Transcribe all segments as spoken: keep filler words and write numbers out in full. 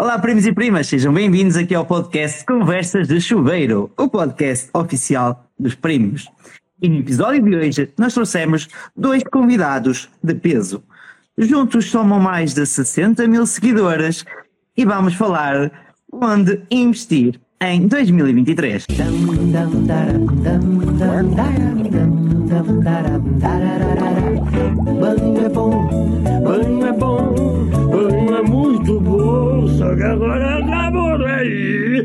Olá, primos e primas, sejam bem-vindos aqui ao podcast Conversas de Chuveiro, o podcast oficial dos primos. E no episódio de hoje nós trouxemos dois convidados de peso. Juntos somam mais de sessenta mil seguidoras e vamos falar onde investir em dois mil e vinte e três. Banho é bom, banho é bom, banho é muito bom, só que agora acabou aí.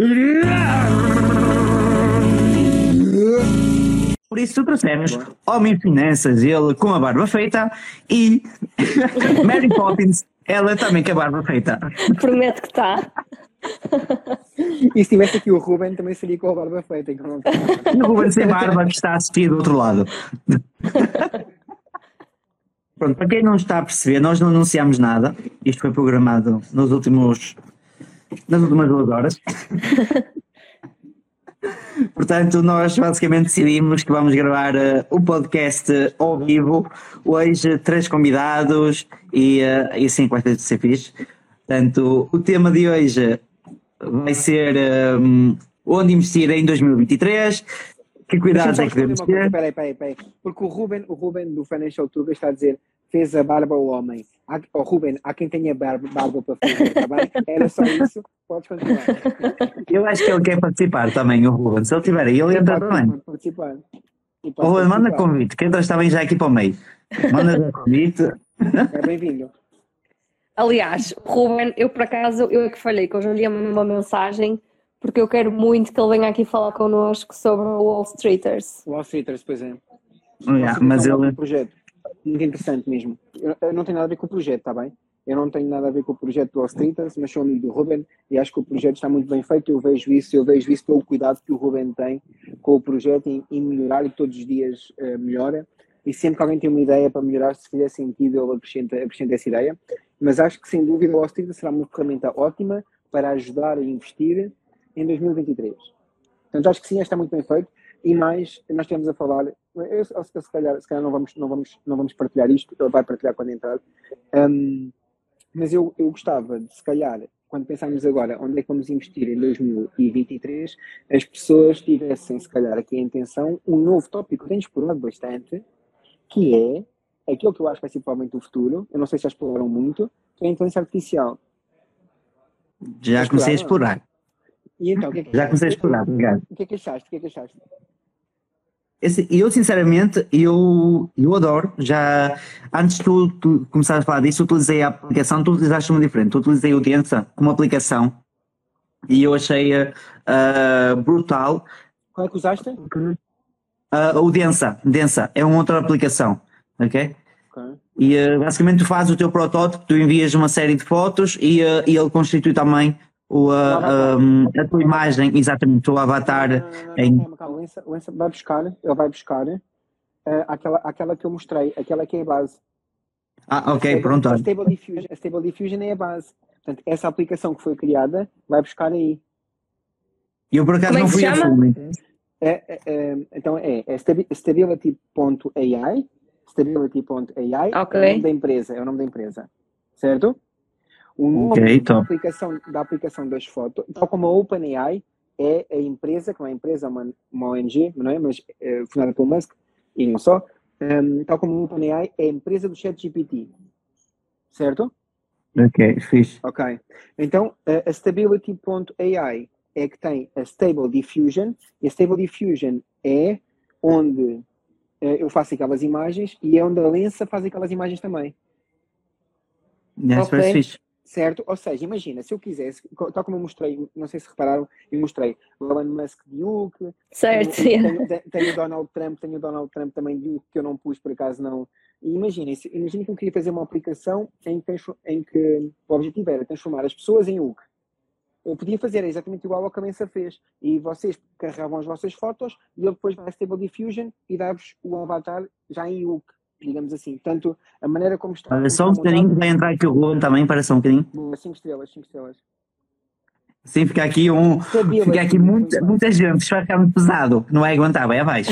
Por isso trouxemos Homem Finanças, ele com a barba feita, e Mary Poppins, ela também com a barba feita. Prometo que está. E se tivesse aqui o Ruben, também seria com a barba feita. Então... E o Ruben sem barba que está a assistir do outro lado. Pronto, para quem não está a perceber, nós não anunciamos nada. Isto foi programado nos últimos, nas últimas duas horas. Portanto, nós basicamente decidimos que vamos gravar uh, o podcast uh, ao vivo. Hoje, três convidados e, uh, e assim, vai ser fixe. Portanto, o tema de hoje vai ser um, onde investir em dois mil e vinte e três. Que cuidados é que devemos ter? Peraí, peraí, peraí. Porque o Ruben, o Ruben do Financial Tuga está a dizer: fez a barba ao homem. Há, oh, Ruben, há quem tenha barba, barba para fazer, está bem? Era só isso, podes continuar. Eu acho que ele quer participar também, o Ruben. Se ele tiver aí, ele entra também. Pode participar. O Ruben, manda convite, que entra também já aqui para o meio. Manda convite. É bem-vindo. Aliás, Ruben, eu por acaso, eu é que falhei, que eu já lhe uma mensagem, porque eu quero muito que ele venha aqui falar connosco sobre o Wall Streeters. Wall Streeters, pois é. Yeah, mas ele... Um projeto muito interessante mesmo. Eu, eu não tenho nada a ver com o projeto, está bem? Eu não tenho nada a ver com o projeto do Wall Streeters, mas sou amigo do Ruben e acho que o projeto está muito bem feito. Eu vejo isso, eu vejo isso pelo cuidado que o Ruben tem com o projeto em, em melhorar, e todos os dias uh, melhora. E sempre que alguém tem uma ideia para melhorar, se fizer sentido, ele acrescenta, acrescenta essa ideia. Mas acho que, sem dúvida, o Wall Street será uma ferramenta ótima para ajudar a investir em dois mil e vinte e três. Portanto, acho que sim, está muito bem feito. E mais, nós estamos a falar, eu, eu, se, calhar, se calhar não vamos, não, vamos, não vamos partilhar isto, ele vai partilhar quando entrar. Um, mas eu, eu gostava de, se calhar, quando pensarmos agora onde é que vamos investir em dois mil e vinte e três, as pessoas tivessem, se calhar, aqui a intenção, um novo tópico que tem explorado bastante, que é aquilo que eu acho que vai ser provavelmente o futuro, eu não sei se já exploraram muito, que é a inteligência artificial. Já já comecei a explorar. E então, o que é que já comecei a explorar, obrigado. O que é que achaste? O que é que achaste? Esse, eu, sinceramente, eu, eu adoro. Já, antes de tu, tu começares a falar disso, utilizei a aplicação, tu utilizaste uma diferente. Tu utilizei o Densa como aplicação e eu achei uh, brutal. Qual é que usaste? Uh, o Densa, Densa, é uma outra aplicação, ok? Ok. E uh, basicamente tu fazes o teu protótipo, tu envias uma série de fotos e, uh, e ele constitui também o, uh, um, a tua imagem, exatamente, o teu avatar. Não, não, não, não, em... calma, calma. O Lença, o Lença vai buscar, ele vai buscar uh, aquela, aquela que eu mostrei, aquela que é a base. Ah, ok, a Stable, pronto. A Stable, Diffusion, a Stable Diffusion é a base. Portanto, essa aplicação que foi criada vai buscar aí. Eu por acaso Como é não que fui se a chama? fundo. É, é, é, então é, é stability ponto A I, stability ponto A I, Ok. é o nome da empresa, é o nome da empresa, certo? O nome Ok, da, top. aplicação, da aplicação das fotos, tal como a OpenAI é a empresa, que não é uma empresa, uma, uma O N G, não é? Mas é fundada pelo Musk, e não só, um, tal como a OpenAI é a empresa do ChatGPT, certo? Ok, fixe. Ok. Então, a, a stability ponto A I é que tem a Stable Diffusion, e a Stable Diffusion é onde uh, eu faço aquelas imagens e é onde a Lensa faz aquelas imagens também. Yes, Ok. fixe. Certo? Ou seja, imagina, se eu quisesse, tal como eu mostrei, não sei se repararam, eu mostrei o Elon Musk de Hulk, Certo, tenho, sim. tenho, tenho o Donald Trump, tenho o Donald Trump também de Hulk, que eu não pus por acaso não. E imaginem, se- imaginem que eu queria fazer uma aplicação em que, transfor- em que o objetivo era transformar as pessoas em Hulk. Eu podia fazer exatamente igual ao que a Mensa fez. E vocês carregavam as vossas fotos e ele depois vai a Stable Diffusion e dá-vos o avatar já em Hulk, digamos assim. Portanto, a maneira como está... Olha, como só um está bocadinho, montado- vai entrar aqui o Ruben também, para só um bocadinho. Boa, cinco estrelas, cinco estrelas. Sim, fica aqui um. Sabia, Fica aqui mas- muita, muita gente, isto vai ficar muito pesado, não vai aguentar, vai abaixo.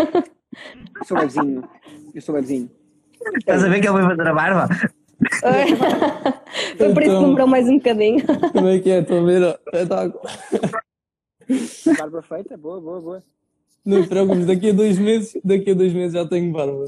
Eu sou levezinho. Eu sou levezinho. Estás a ver que ele vai fazer a barba? Foi por isso que Então, demorou mais um bocadinho. como é que é? Estou a ver? ó, espetáculo. Barba feita, boa, boa, boa. Não te preocupes, daqui a dois meses, daqui a dois meses já tenho barba.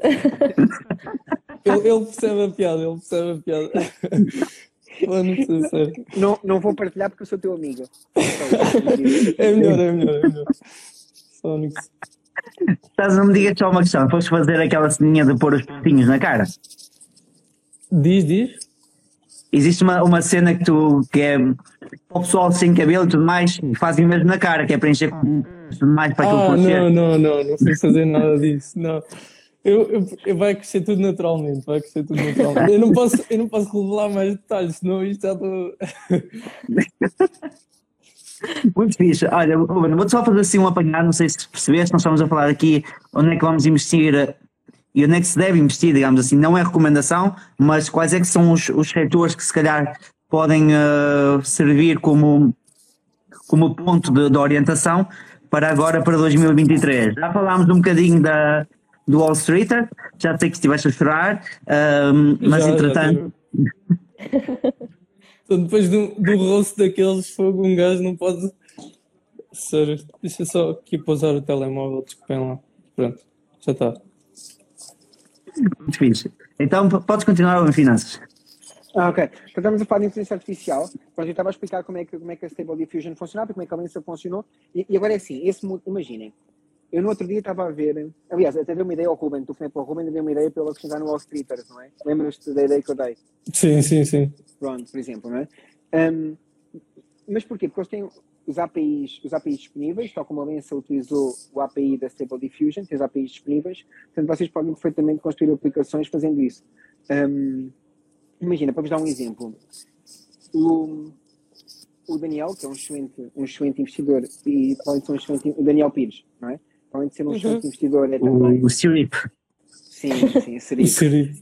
Ele, ele percebe a piada, ele percebe a piada. Falando sincero. Não, não vou partilhar porque eu sou teu amigo. É melhor, é melhor, é melhor. Fónix. Estás, não me digas só uma questão. Foste fazer aquela ceninha de pôr os pontinhos na cara? Diz, diz. Existe uma, uma cena que tu que é para o pessoal sem cabelo e tudo mais, e fazem mesmo na cara, que é preencher com tudo mais para aquilo Ah, crescer. não, não, não, não sei fazer nada disso, não. Eu, eu, eu vai crescer tudo naturalmente, vai crescer tudo naturalmente. Eu não posso, eu não posso revelar mais detalhes, senão isto já estou... Muito fixe. Olha, Ruben, vou-te só fazer assim um apanhado, não sei se percebeste, nós estamos a falar aqui onde é que vamos investir e onde é que se deve investir, digamos assim. Não é recomendação, mas quais é que são os, os setores que se calhar podem uh, servir como, como ponto de, de orientação para agora, para dois mil e vinte e três. Já falámos um bocadinho da, do Wall Street, já sei que estiveste a chorar, um, mas Já, já entretanto... tive. Então, depois do, do rosto daqueles fogo, um gajo não pode... Sério, deixa só aqui pousar o telemóvel, desculpem lá. Pronto, já está. Muito fixe. Então, p- podes continuar em finanças. Ah, ok. Então estamos a falar de inteligência artificial. Pronto, eu estava a explicar como é que, como é que a Stable Diffusion funcionava, como é que a Lensa funcionou. E, e agora é assim, esse, mo- imaginem, eu no outro dia estava a ver, aliás, até dei uma ideia ao Ruben, tu foi para o Ruben, dei uma ideia para ele acrescentar no Wall Streeters, não é? Lembras-te da ideia que eu dei? Sim, sim, sim. Pronto, por exemplo, não é? Ahm, mas porquê? Porque eles têm os A P Is, os A P Is disponíveis, tal como a Lensa utilizou o A P I da Stable Diffusion, tem os A P Is disponíveis, portanto vocês podem perfeitamente construir aplicações fazendo isso. Ahm, imagina, para vos dar um exemplo, o, o Daniel, que é um excelente, um excelente investidor, e além de ser um excelente, o Daniel Pires, não é? Além de ser um excelente investidor, é também... O, o Sirip. Sim, sim, seria. O Siri.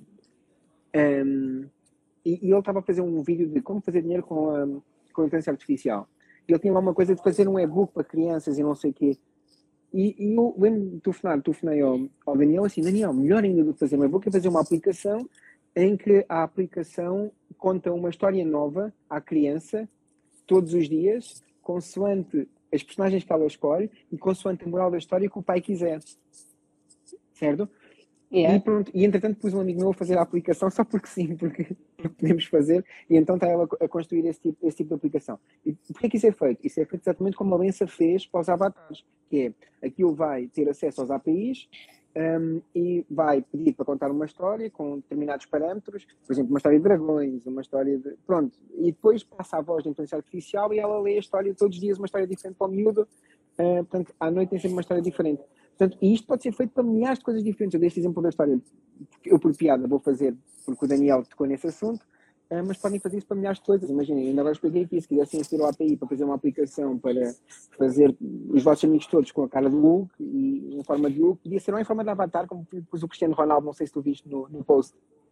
Um, e, e ele estava a fazer um vídeo de como fazer dinheiro com a, com a inteligência artificial. E ele tinha lá uma coisa de fazer um e-book para crianças e não sei o quê. E, e eu lembro de telefonar, telefonei ao, ao Daniel assim, Daniel, melhor ainda do que fazer um e-book é fazer uma aplicação em que a aplicação conta uma história nova à criança todos os dias, consoante as personagens que ela escolhe e consoante a moral da história que o pai quiser. Certo? Yeah. E pronto, e entretanto pus um amigo meu a fazer a aplicação só porque sim, porque, porque podemos fazer, e então está ela a construir esse tipo, esse tipo de aplicação. E porquê que isso é feito? Isso é feito exatamente como a Lensa fez para os avatares, que é, aquilo vai ter acesso aos A P Is um, e vai pedir para contar uma história com determinados parâmetros, por exemplo, uma história de dragões, uma história de... Pronto, e depois passa a voz da inteligência artificial e ela lê a história todos os dias, uma história diferente para o miúdo, uh, portanto, à noite tem sempre uma história diferente. Portanto, e isto pode ser feito para milhares de coisas diferentes. Eu dei este exemplo da história, eu por piada vou fazer, porque o Daniel tocou nesse assunto, uh, mas podem fazer isso para milhares de coisas. Imaginem, ainda agora expliquei aqui, se quisessem aceder ao A P I para fazer uma aplicação para fazer os vossos amigos todos com a cara do Hulk e em forma de Hulk, podia ser não em forma de avatar, como pus o Cristiano Ronaldo, não sei se tu viste no, no post.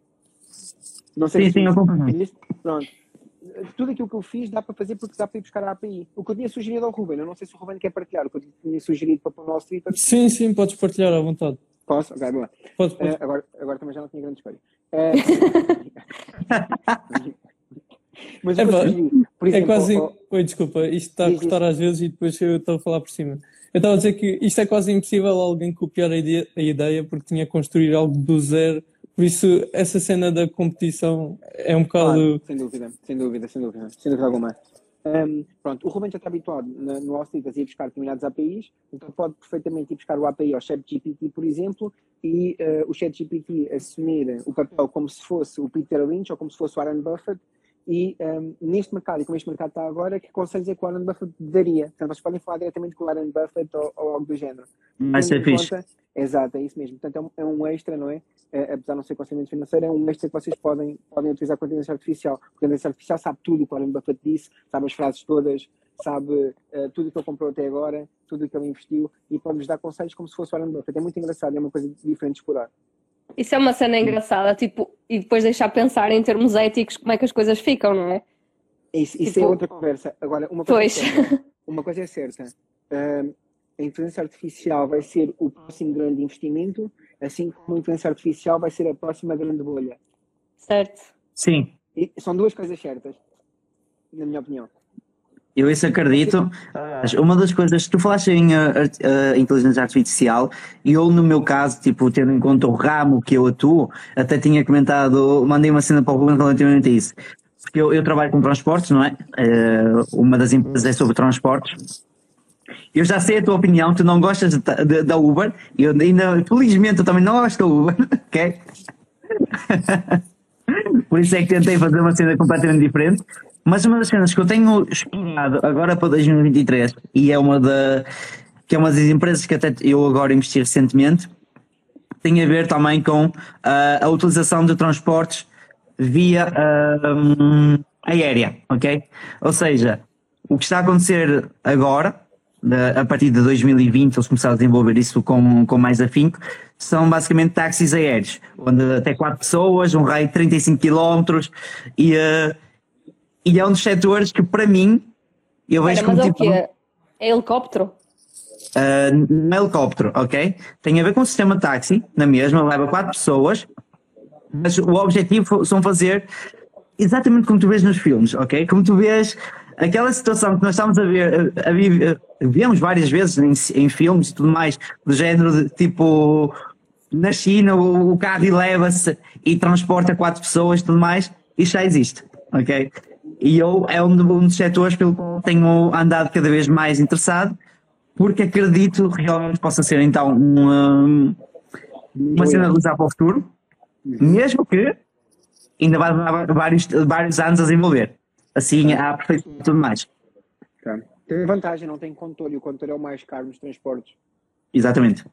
Não sei Sim, se sim, eu tu acompanhei. viste. Pronto. Tudo aquilo que eu fiz dá para fazer porque dá para ir buscar a API. O que eu tinha sugerido ao Ruben, eu não sei se o Ruben quer partilhar, o que eu tinha sugerido para pôr no Wall Street. Sim, sim, podes partilhar à vontade. Posso? Ok, boa. Pode, pode. Uh, agora, agora também já não tinha grande escolha. Uh, mas o É, que eu pá, sugeri, por é exemplo, quase. ao- Oi, desculpa, isto está a Diz, cortar às vezes e depois eu estou a falar por cima. Eu estava a dizer que isto é quase impossível alguém copiar a ideia, a ideia porque tinha que construir algo do zero. Por isso, essa cena da competição é um bocado. Claro, sem dúvida, sem dúvida, sem dúvida, sem dúvida alguma. Um, pronto, o Ruben já está habituado na, no Wall Street a ir buscar determinados A P Is, então pode perfeitamente ir buscar o A P I ao ChatGPT, por exemplo, e uh, o ChatGPT assumir o papel como se fosse o Peter Lynch ou como se fosse o Warren Buffett, e um, neste mercado, e como este mercado está agora, que conselhos é que o Warren Buffett daria? Portanto, vocês podem falar diretamente com o Warren Buffett ou, ou algo do género. Vai ser Tendo em fixe. conta- Exato, é isso mesmo. Portanto, é um, é um extra, não é? É, apesar de não ser aconselhamento financeiro, é um extra que vocês podem, podem utilizar com a inteligência artificial. Porque a inteligência artificial sabe tudo o que o Warren Buffett disse, sabe as frases todas, sabe eh, tudo o que ele comprou até agora, tudo o que ele investiu, e pode-vos dar conselhos como se fosse o Warren Buffett. É muito engraçado, é uma coisa diferente de explorar. Isso é uma cena engraçada, tipo, e depois deixar pensar em termos éticos como é que as coisas ficam, não é? Isso, isso Tipo- é outra conversa. Agora, uma coisa Pois. é certa. Uma coisa é certa. Ahm, a inteligência artificial vai ser o próximo grande investimento, assim como a inteligência artificial vai ser a próxima grande bolha. Certo. Sim, E são duas coisas certas, na minha opinião. Eu isso acredito. Aliás, uma das coisas, tu falaste em uh, art- uh, inteligência artificial, e eu no meu caso, tipo, tendo em conta o ramo que eu atuo, até tinha comentado, mandei uma cena para o Ruben relativamente a isso. Porque eu, eu trabalho com transportes, não é? Uh, uma das empresas é sobre transportes. Eu já sei a tua opinião, tu não gostas de ta- de- da Uber, e eu ainda, felizmente, eu também não gosto da Uber, ok? Por isso é que tentei fazer uma cena completamente diferente. Mas uma das cenas que eu tenho explorado agora para dois mil e vinte e três, e é uma da, que é uma das empresas que até eu agora investi recentemente, tem a ver também com ah, a utilização de transportes via ah, hum, aérea, ok? Ou seja, o que está a acontecer agora, da- a partir de dois mil e vinte, eles começaram a desenvolver isso com, com mais afinco, são basicamente táxis aéreos, onde até quatro pessoas, um raio de trinta e cinco quilómetros, e, ah, e é um dos setores que, para mim, eu Espera, vejo mas como é o tipo. quê? É helicóptero? Uh, no helicóptero, ok? Tem a ver com o sistema de táxi, na mesma, leva quatro pessoas, mas o objetivo são fazer exatamente como tu vês nos filmes, ok? Como tu vês aquela situação que nós estamos a ver, a, a, viver- vemos várias vezes em, em filmes e tudo mais, do género de tipo na China o, o carro eleva-se e transporta quatro pessoas e tudo mais, isto já existe, ok? E eu é um, um dos setores pelo qual tenho andado cada vez mais interessado, porque acredito que realmente possa ser então uma, uma cena de usar para o futuro, mesmo que ainda vai levar vários, vários anos a desenvolver. Assim, há aperfeiçoamento e tudo mais. Tá. Tem vantagem, não tem condutor, e o condutor é o mais caro nos transportes. Exatamente.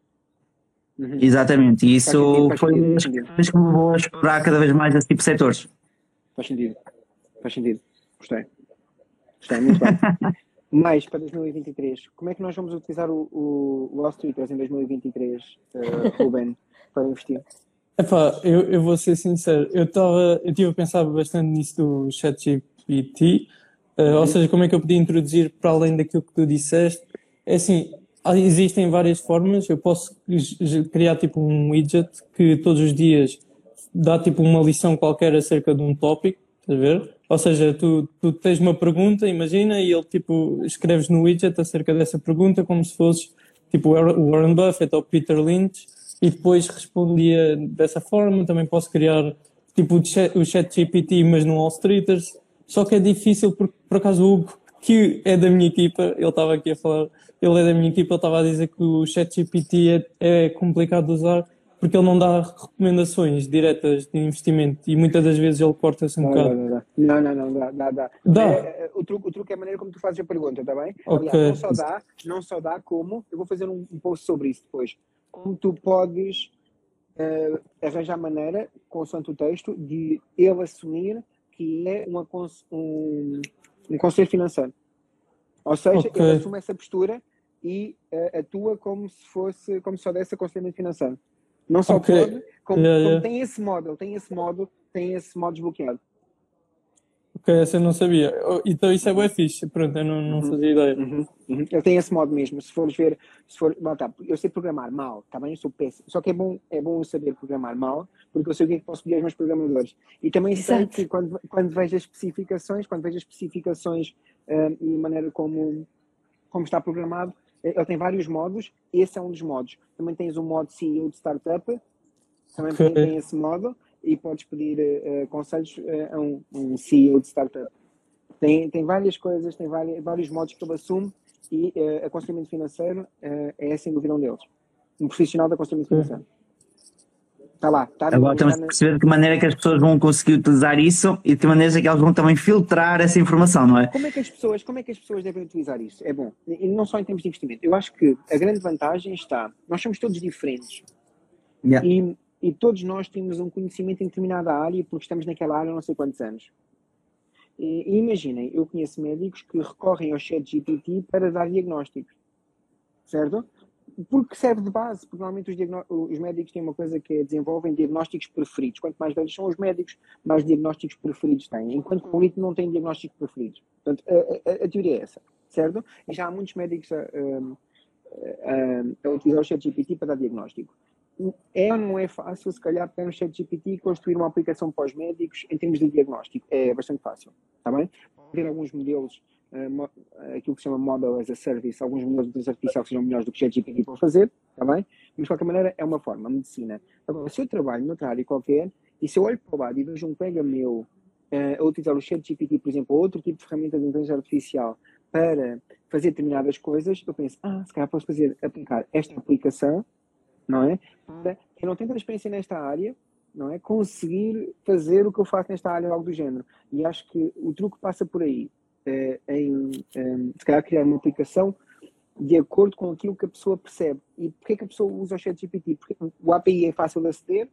Uhum. Exatamente. E Faz sentido, isso faz foi sentido, uma faz das sentido. coisas que me levou a explorar cada vez mais esse tipo de setores. Faz sentido. Faz sentido. Gostei. Gostei, muito bem. Mais para dois mil e vinte e três, como é que nós vamos utilizar o, o Wall Streeters em dois mil e vinte e três, uh, Ruben, para investir? Epá, eu, eu vou ser sincero, eu estava, eu estive a pensar bastante nisso do ChatGPT, uh, ou seja, como é que eu podia introduzir para além daquilo que tu disseste. É assim, há- existem várias formas, eu posso j- j- criar tipo um widget que todos os dias dá tipo uma lição qualquer acerca de um tópico, estás a ver? Ou seja, tu, tu tens uma pergunta, imagina, e ele tipo escreves no widget acerca dessa pergunta como se fosse tipo o Warren Buffett ou Peter Lynch, e depois respondia dessa forma. Também posso criar tipo o chat, o chat G P T, mas no All Streeters. Só que é difícil porque, por acaso, o Hugo, que é da minha equipa, ele estava aqui a falar, ele é da minha equipa, ele estava a dizer que o chat G P T é, é complicado de usar porque ele não dá recomendações diretas de investimento e muitas das vezes ele corta-se um Não, bocado. não, não, não, não, não, dá, dá, dá. Dá? É, é, o, truque, o truque é a maneira como tu fazes a pergunta, está bem? Ok. Aliás, não só dá, não só dá como, eu vou fazer um, um post sobre isso depois, como tu podes uh, arranjar maneira, consoante o texto, de ele assumir que é uma, cons- um, um conselho financeiro. Ou seja, Ok. ele assume essa postura e uh, atua como se fosse, como se só desse aconselhamento financeiro. Não só Ok. pode, como, Yeah, como yeah. tem esse modo, ele tem esse modo, tem esse modo desbloqueado. Ok, essa eu não sabia. Oh, então isso é bué fixe. Pronto, eu não, não fazia ideia. Uhum, uhum. Ele tem esse modo mesmo. Se fores ver, se for, lá tá, eu sei programar mal, tá bem? Eu sou péssimo. Só que é bom, é bom eu saber programar mal, porque eu sei o que é que posso pedir aos meus programadores. E também sei Exato. que quando, quando vejo as especificações, quando vejo as especificações hum, e a maneira como, como está programado, eh, ele tem vários modos. Esse é um dos modos. Também tens o modo C E O de startup, também Ok. tem, tem esse modo, e podes pedir eh, conselhos eh, a um, um C E O de startup. Tem, tem várias coisas, tem vários, vários modos que ele assume, e uh, aconselhamento financeiro uh, é sem dúvida um deles. Um profissional de aconselhamento financeiro. Está lá. Está no, Agora temos está de na... perceber de que maneira é que as pessoas vão conseguir utilizar isso e de que maneira é que elas vão também filtrar essa informação, não é? Como é que as pessoas, como é que as pessoas devem utilizar isso? É bom. E não só em termos de investimento. Eu acho que a grande vantagem está, nós somos todos diferentes. Yeah. E, e todos nós temos um conhecimento em determinada área porque estamos naquela área há não sei quantos anos. E, e imaginem, eu conheço médicos que recorrem ao chat G P T para dar diagnósticos. Certo? Porque serve de base, porque normalmente os, diagnó- os médicos têm uma coisa que é desenvolvem diagnósticos preferidos. Quanto mais velhos são os médicos, mais diagnósticos preferidos têm. Enquanto que o elite não tem diagnósticos preferidos. Portanto, a, a, a teoria é essa, certo? E já há muitos médicos a, a, a, a utilizar o chat G P T para dar diagnóstico. é ou não é fácil, se calhar, pegar no ChatGPT e construir uma aplicação para os médicos em termos de diagnóstico? É bastante fácil, está bem? Ter alguns modelos, uh, aquilo que se chama Model as a Service, alguns modelos de inteligência artificial que sejam melhores do que o ChatGPT para fazer, está bem? Mas, de qualquer maneira, é uma forma, a medicina. Agora, se eu trabalho noutra área qualquer, e se eu olho para o lado e vejo um colega meu uh, a utilizar o ChatGPT, por exemplo, ou outro tipo de ferramenta de inteligência artificial para fazer determinadas coisas, eu penso, ah, se calhar posso fazer, aplicar esta aplicação, não é? Para quem não tem tanta experiência nesta área, não é? Conseguir fazer o que eu faço nesta área, algo do género. E acho que o truque passa por aí, é, em, em, se calhar, criar uma aplicação de acordo com aquilo que a pessoa percebe. E porquê que a pessoa usa o ChatGPT? Porque o A P I é fácil de aceder,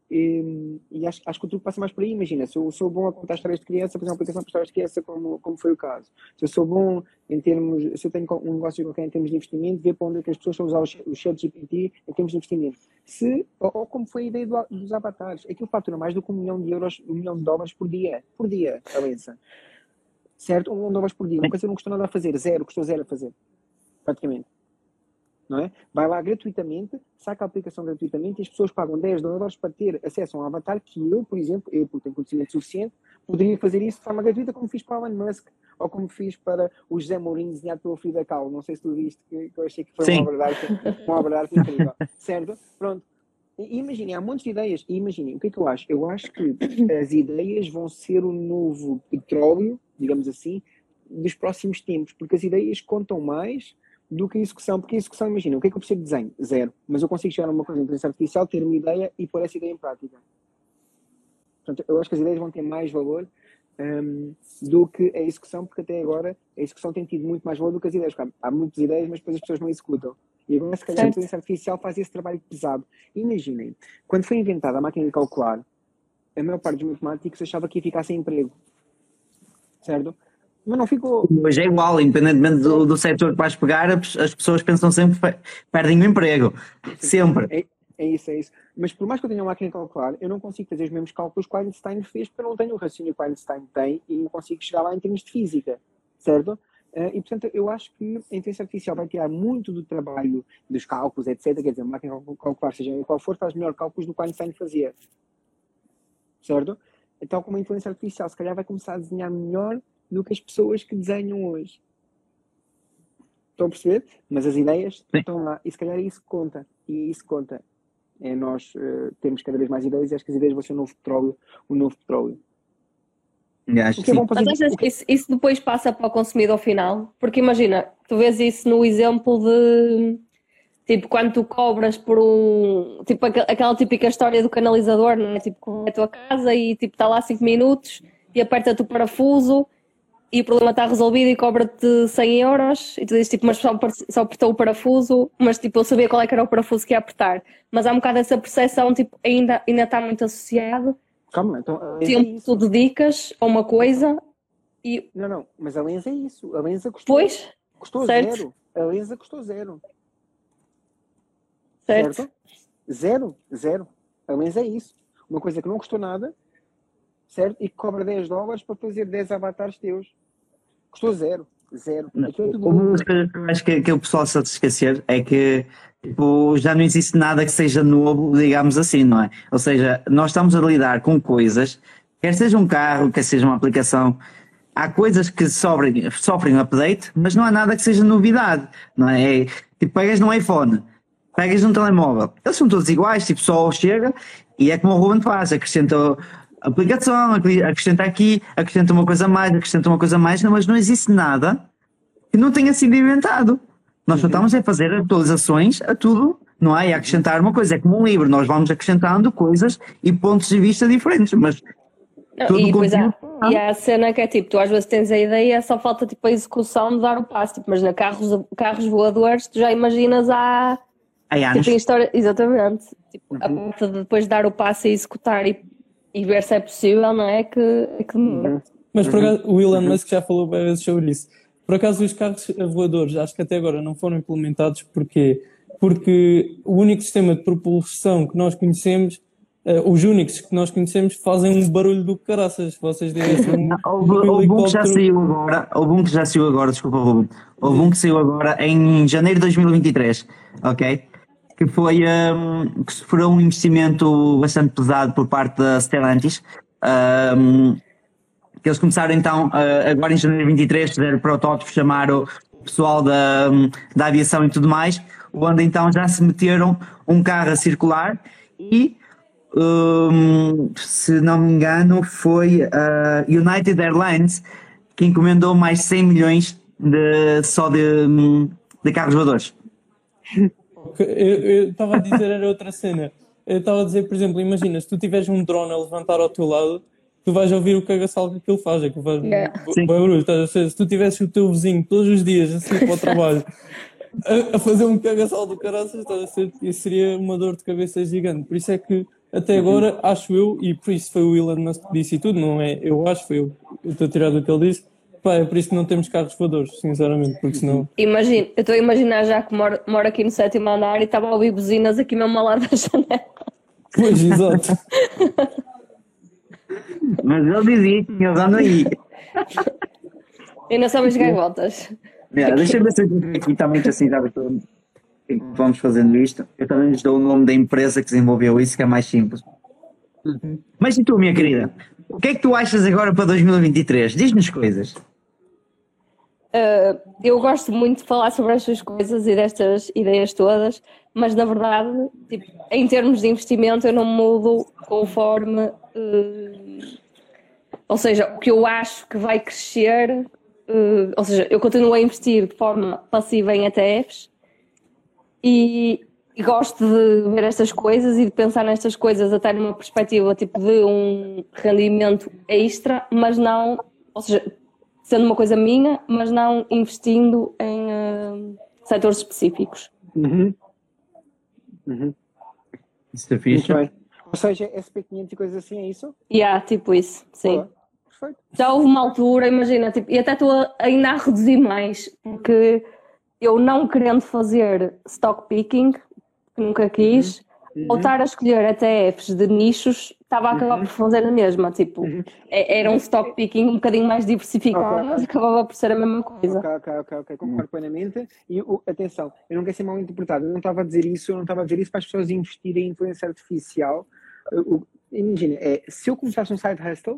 e, e acho, acho que o truque passa mais por aí. Imagina, se eu sou bom a contar histórias de criança, fazer uma aplicação para histórias de criança, como, como foi o caso. Se eu sou bom em termos, se eu tenho um negócio qualquer em termos de investimento, ver para onde é que as pessoas estão a usar o ChatGPT em termos de investimento. Se, ou, ou como foi a ideia do, dos avatares, aquilo fatura mais do que um milhão de euros, um milhão de dólares por dia. Por dia, Alexa. Certo? Um milhão de dólares por dia. Uma coisa que não custou nada a fazer, zero, custou zero a fazer. Praticamente. Não é? Vai lá gratuitamente, saca a aplicação gratuitamente e as pessoas pagam dez dólares para ter acesso a um avatar que eu, por exemplo, eu, porque tenho conhecimento suficiente, poderia fazer isso de forma gratuita, como fiz para o Elon Musk, ou como fiz para o José Mourinho, desenhado pelo Frida Kahlo. Não sei se tu viste, que, que eu achei que foi Sim. uma abordagem, uma abordagem incrível. Certo? Pronto. E imaginem, há montes de ideias. E imaginem, o que é que eu acho? Eu acho que as ideias vão ser o novo petróleo, digamos assim, dos próximos tempos, porque as ideias contam mais do que a execução, porque a execução, imagina, o que é que eu preciso de desenho? Zero. Mas eu consigo chegar a uma coisa de inteligência artificial, ter uma ideia e pôr essa ideia em prática. Portanto, eu acho que as ideias vão ter mais valor um, do que a execução, porque até agora a execução tem tido muito mais valor do que as ideias. Porque há, há muitas ideias, mas depois as pessoas não executam. E agora, se calhar, a inteligência artificial faz esse trabalho pesado. Imaginem, quando foi inventada a máquina de calcular, a maior parte dos matemáticos achava que ia ficar sem emprego. Certo? Mas não ficou. Hoje é igual, independentemente do, do setor que vais pegar, as pessoas pensam sempre que perdem o emprego. Sempre. É, é isso, é isso. Mas por mais que eu tenha uma máquina de calcular, eu não consigo fazer os mesmos cálculos que o Einstein fez, porque eu não tenho o raciocínio que o Einstein tem e não consigo chegar lá em termos de física. Certo? E, portanto, eu acho que a inteligência artificial vai tirar muito do trabalho dos cálculos, etcétera. Quer dizer, a máquina de calcular, seja qual for, faz melhor cálculos do que o Einstein fazia. Certo? Então, como a inteligência artificial, se calhar vai começar a desenhar melhor do que as pessoas que desenham hoje. Estão a perceber? Mas as ideias Sim. estão lá. E se calhar é isso que conta. E isso conta. É nós uh, termos cada vez mais ideias e acho que as ideias vão ser o novo petróleo. O novo petróleo. Acho o que é bom Mas achas que isso, isso depois passa para o consumidor final? Porque imagina, tu vês isso no exemplo de... Tipo, quando tu cobras por um... Tipo, aquela típica história do canalizador, não é? Tipo, é a tua casa e tipo, está lá cinco minutos e aperta-te o parafuso e o problema está resolvido e cobra-te cem euros e tu dizes tipo, mas só, só apertou o parafuso, mas tipo, eu sabia qual é que era o parafuso que ia apertar. Mas há um bocado essa percepção, tipo, ainda, ainda está muito associado. Calma, então... Tempo que tu dedicas a uma coisa e... Não, não, mas a Lenza é isso. A Lenza custou... Pois, custou certo. zero. A Lenza custou zero. Certo. certo? Zero, zero. A Lenza é isso. Uma coisa que não custou nada, certo? E que cobra dez dólares para fazer dez avatares teus. Custou zero. Zero. Uma das coisas que eu acho que, que o pessoal se esquecer é que tipo, já não existe nada que seja novo, digamos assim, não é? Ou seja, nós estamos a lidar com coisas, quer seja um carro, quer seja uma aplicação, há coisas que sofrem, sofrem um update, mas não há nada que seja novidade, não é? É tipo, pegas num iPhone, pegas num telemóvel, eles são todos iguais, tipo, só chega e é como o Ruben faz, acrescenta aplicação, acrescenta aqui, acrescenta uma coisa a mais, acrescenta uma coisa a mais, não, mas não existe nada que não tenha sido inventado. Nós só estamos a fazer atualizações a tudo, não é? E a acrescentar uma coisa, é como um livro, nós vamos acrescentando coisas e pontos de vista diferentes, mas não, tudo e, pois continua. há, e há a cena que é tipo, tu às vezes tens a ideia, só falta tipo a execução de dar o passo, tipo, mas na carros, carros voadores tu já imaginas há... Há anos. Tipo, história, exatamente, tipo, a parte de depois dar o passo e executar e, e ver se é possível, não é? Que, é que demora. Mas por acaso, o Elon Musk já falou várias vezes sobre isso. Por acaso os carros voadores acho que até agora não foram implementados, porquê? Porque o único sistema de propulsão que nós conhecemos, uh, os únicos que nós conhecemos fazem um barulho do caraças, vocês dizem um, Houve houve um que já saiu agora, houve um que já saiu agora, desculpa Ruben, houve um que saiu agora em janeiro de dois mil e vinte e três, ok? que foi um, que sofreu um investimento bastante pesado por parte da Stellantis. Um, que eles começaram então, uh, agora em janeiro de vinte e três, fizeram protótipos, chamaram o pessoal da, da aviação e tudo mais, onde então já se meteram um carro a circular e, um, se não me engano, foi a United Airlines que encomendou mais cem milhões de, só de, de carros voadores. Eu estava a dizer, era outra cena. Eu estava a dizer, por exemplo, imagina, se tu tiveres um drone a levantar ao teu lado, tu vais ouvir o cagaçalo que aquilo faz, aquilo faz Yeah. b- barulho, estás a ver? Se tu tivesses o teu vizinho todos os dias a sair para o trabalho a, a fazer um cagaçalo do caraças, estás a ver? Isso seria uma dor de cabeça gigante. Por isso é que, até agora, acho eu, e por isso foi o Elon Musk que disse e tudo, não é? Eu acho, foi eu, eu estou a tirar do que ele disse, pá, é por isso que não temos carros voadores, sinceramente, porque senão... Imagina, eu estou a imaginar já que moro, moro aqui no sétimo andar e estava a ouvir buzinas aqui mesmo ao lado da janela. Pois, exato. Mas ele dizia que eles andam aí. E não sabes gaivotas. Yeah, deixa eu ver se eu tenho aqui também assim, já estou- vamos fazendo isto. Eu também lhes dou o nome da empresa que desenvolveu isso, que é mais simples. Mas e tu, minha querida? O que é que tu achas agora para dois mil e vinte e três? Diz-nos coisas. Uh, eu gosto muito de falar sobre estas coisas e destas ideias todas, mas na verdade, tipo, em termos de investimento, eu não mudo conforme. uh, ou seja, o que eu acho que vai crescer. uh, ou seja, eu continuo a investir de forma passiva em E T Fs e, e gosto de ver estas coisas e de pensar nestas coisas até numa perspectiva tipo de um rendimento extra, mas não. Ou seja, sendo uma coisa minha, mas não investindo em uh, setores específicos. Uhum. Uhum. Isso é Muito fixe. bem. Ou seja, S P quinhentos e coisas assim, é isso? E há, tipo isso, sim. Boa. Perfeito. Já houve uma altura, imagina, tipo, e até estou a- ainda a reduzir mais, porque eu não querendo fazer stock picking, que nunca quis, Uhum. ou estar a escolher E T Fs de nichos, estava a acabar por fazer a mesma, tipo, é- era um stock picking um bocadinho mais diversificado, Ok. mas acabava por ser a mesma coisa. Ok, ok, ok, ok, concordo plenamente. E o- atenção, eu não quero ser mal interpretado, eu não estava a dizer isso, eu não estava a dizer isso para as pessoas investirem em influência artificial. O- o- Imagina, é, se eu começasse um side hustle,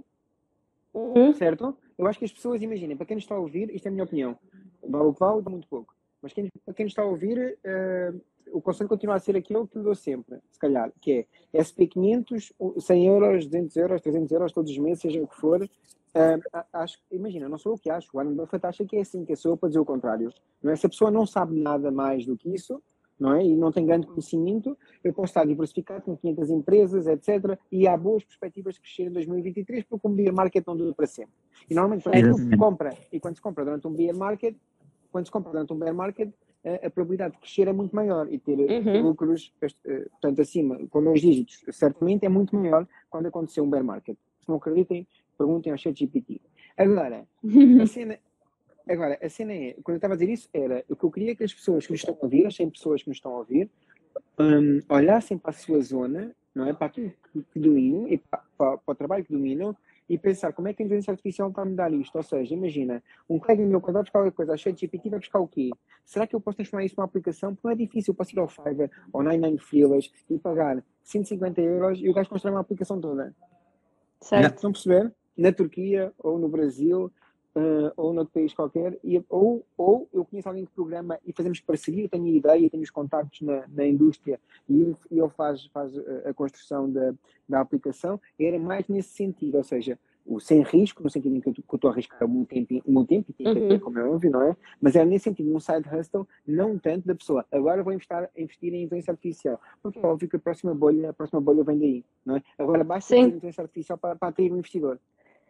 Uhum. certo? Eu acho que as pessoas, imaginem, para quem nos está a ouvir, isto é a minha opinião, vale o que vale, dá muito pouco, mas quem, para quem nos está a ouvir, eh, o conselho continua a ser aquilo que lhe dou sempre, se calhar, que é S P quinhentos, cem euros, duzentos euros, trezentos euros todos os meses, seja o que for. eh, a- acho, imagina, não sou eu que acho, o Warren Buffett acha que é assim, que é só eu para dizer o contrário. Não é? Se a pessoa não sabe nada mais do que isso, não é? E não tem grande conhecimento, eu posso estar diversificado com quinhentas empresas, etcétera. E há boas perspectivas de crescer em dois mil e vinte e três, porque o bear market não dura para sempre. E normalmente quando se Exatamente. compra, e quando se compra durante um bear market, quando se compra durante um bear market, a, a probabilidade de crescer é muito maior e ter Uhum. lucros, eh, portanto, acima, com dois dígitos, certamente é muito maior quando acontecer um bear market. Se não acreditem, perguntem ao ChatGPT. Agora, a cena, agora, a cena é, quando eu estava a dizer isso, era o que eu queria que as pessoas que nos estão a ouvir, as cem pessoas que nos estão a ouvir, hum, olhassem para a sua zona, não é? Para aquilo que, que dominam e para, para, para o trabalho que dominam e pensar como é que a inteligência artificial está a me dar isto. Ou seja, imagina, um colega meu, quando vai buscar qualquer coisa, a ChatGPT vai buscar o quê? Será que eu posso transformar isso numa aplicação? Porque não é difícil, eu posso ir ao Fiverr ou noventa e nove Freelas e pagar cento e cinquenta euros e o gajo constrói uma aplicação toda. Certo? Estão a perceber? Na Turquia ou no Brasil uh, ou noutro país qualquer, e, ou, ou eu conheço alguém que programa e fazemos parceria, eu tenho a ideia, eu tenho os contactos na, na indústria e ele, e ele faz, faz a, a construção da, da aplicação. Era mais nesse sentido, ou seja, o sem risco, no sentido em que eu estou a arriscar o meu tempo, o meu tempo e tem que ter, Uhum. como é óbvio, não é? Mas era nesse sentido, num side hustle, não tanto da pessoa. Agora vou investir, investir em inteligência artificial, porque é óbvio que a próxima bolha, a próxima bolha vem daí, não é? Agora basta Sim. ter inteligência artificial para, para atrair um investidor.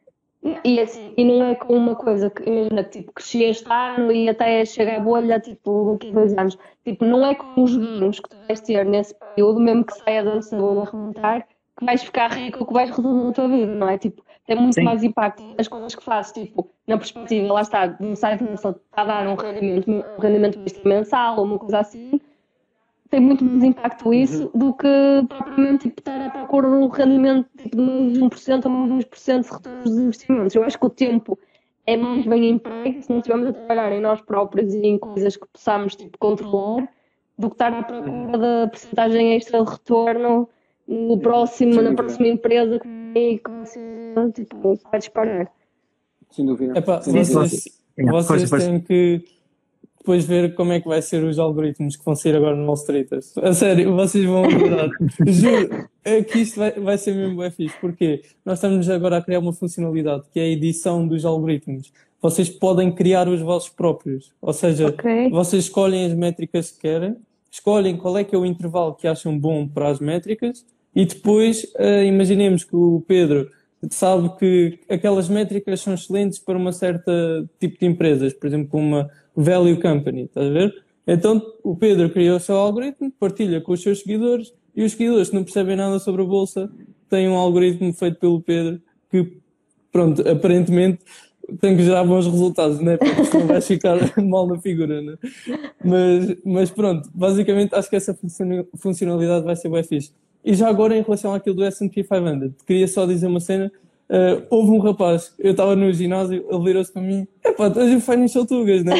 E, assim, e não é com uma coisa que, imagina, tipo, cresci este ano e até chega a bolha, tipo, daqui a dois anos. Tipo, não é com os ganhos que tu vais ter nesse período, mesmo que saia dessa bolha a remontar, que vais ficar rico ou que vais resolver a tua vida, não é? Tipo, tem muito Sim. mais impacto nas coisas que fazes, tipo, na perspectiva, lá está, de um site está a dar um rendimento, um rendimento extra mensal ou uma coisa assim, tem muito mais impacto isso do que propriamente tipo, estar à procura de um rendimento tipo, de mais um por cento ou mais dois por cento de retorno dos investimentos. Eu acho que o tempo é mais bem emprego se não estivermos a trabalhar em nós próprios e em coisas que possamos tipo, controlar do que estar à procura da porcentagem extra de retorno no próximo, Sem na dúvida. próxima empresa que vai, tipo, vai disparar. Sem dúvida. Epá, Sem dúvida. vocês, É, força, vocês força. têm que depois ver como é que vai ser os algoritmos que vão sair agora no Wall Streeters. A sério, vocês vão adorar. Juro, é que isto vai, vai ser mesmo bem fixe. Porquê? Nós estamos agora a criar uma funcionalidade que é a edição dos algoritmos. Vocês podem criar os vossos próprios. Ou seja, Ok. vocês escolhem as métricas que querem, escolhem qual é que é o intervalo que acham bom para as métricas e depois, eh, imaginemos que o Pedro sabe que aquelas métricas são excelentes para uma certa tipo de empresas, por exemplo, como uma value company, estás a ver? Então o Pedro cria o seu algoritmo, partilha com os seus seguidores e os seguidores, que não percebem nada sobre a bolsa, têm um algoritmo feito pelo Pedro que, pronto, aparentemente tem que gerar bons resultados, né? Porque senão vais ficar mal na figura, né? Mas, mas pronto, basicamente acho que essa funcio- funcionalidade vai ser bem fixe. E já agora em relação àquilo do S and P quinhentos, queria só dizer uma cena. Uh, houve um rapaz, eu estava no ginásio, ele virou-se para mim, epá, tu és o Financial Tugas, né?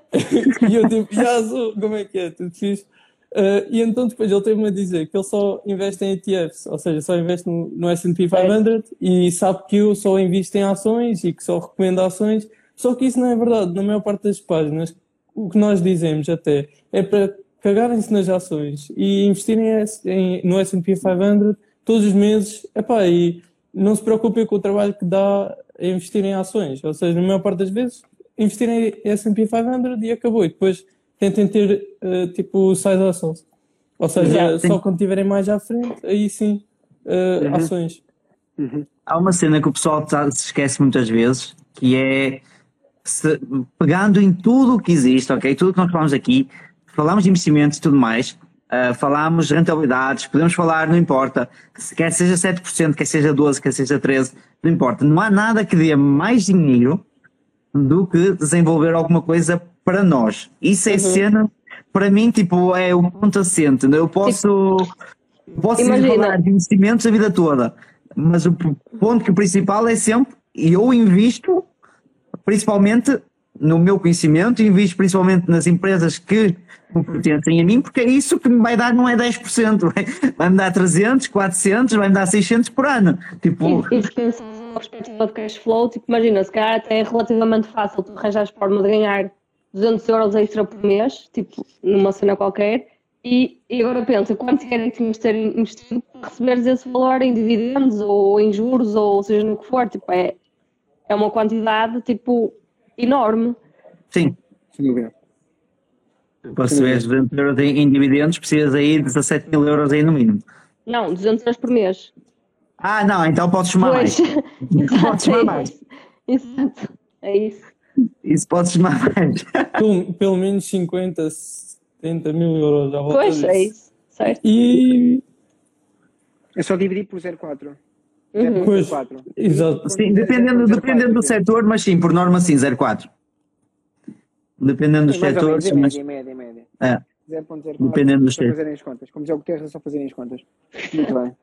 E eu tipo, já sou, como é que é, tudo fixe. Uh, e então depois ele teve-me a dizer que ele só investe em E T Fs, ou seja, só investe no, no S and P quinhentos e sabe que eu só invisto em ações e que só recomendo ações, só que isso não é verdade. Na maior parte das páginas, o que nós dizemos até é para cagarem-se nas ações e investirem em, no S and P quinhentos todos os meses, epá, e não se preocupem com o trabalho que dá a investir em ações, ou seja, na maior parte das vezes investirem em S and P quinhentos e acabou, e depois tentem ter uh, tipo side hustles, ou seja, Yeah, só quando estiverem mais à frente, aí sim, uh, Uhum. ações. Há uma cena que o pessoal tá- se esquece muitas vezes, que é se- pegando em tudo o que existe, ok? Tudo que nós falamos aqui, falamos de investimentos e tudo mais, ah, falamos de rentabilidades, podemos falar, não importa, se quer seja sete por cento, quer seja doze por cento, quer seja treze por cento, não importa. Não há nada que dê mais dinheiro do que desenvolver alguma coisa para nós. Isso é cena, para mim, tipo, é o ponto assente. Eu posso, eu posso ir Imagina. falar de investimentos a vida toda, mas o p- ponto que o principal é sempre, e eu invisto principalmente no meu conhecimento, invisto principalmente nas empresas que me pertencem a mim, porque é isso que me vai dar, não é dez por cento, vai- vai-me dar trezentos, quatrocentos, vai-me dar seiscentos por ano. Tipo, E, e se pensas numa perspectiva de cash flow, tipo, imagina, se calhar até é relativamente fácil tu arranjares forma de ganhar duzentos euros extra por mês, tipo, numa cena qualquer, e, e agora pensa, quanto dinheiro é que tinhas de ter investido para receberes esse valor em dividendos, ou em juros, ou seja no que for, tipo, é, é uma quantidade, tipo, enorme. sim, Sem dúvida. para receber duzentos euros em, em dividendos, precisas aí de dezassete mil euros aí no mínimo. Não, duzentos euros por mês. Ah, não, então podes somar Pois, mais. Podes exato, somar é mais. isso. Exato, é isso. Isso podes somar mais. Pelo, pelo menos cinquenta, setenta mil euros à volta Pois, é disso. isso, certo. E, É só dividir por zero vírgula quatro. Uhum. pois, zero vírgula quatro. exato. Sim, dependendo, dependendo do setor, mas sim, por norma sim, zero vírgula quatro. Dependendo dos Mais ou menos, setores, em mas média, em média, em média. é, zero vírgula zero quatro. Dependendo dos Só tempos. fazerem as contas. Como dizer o Guterres, é só fazerem as contas. Muito bem.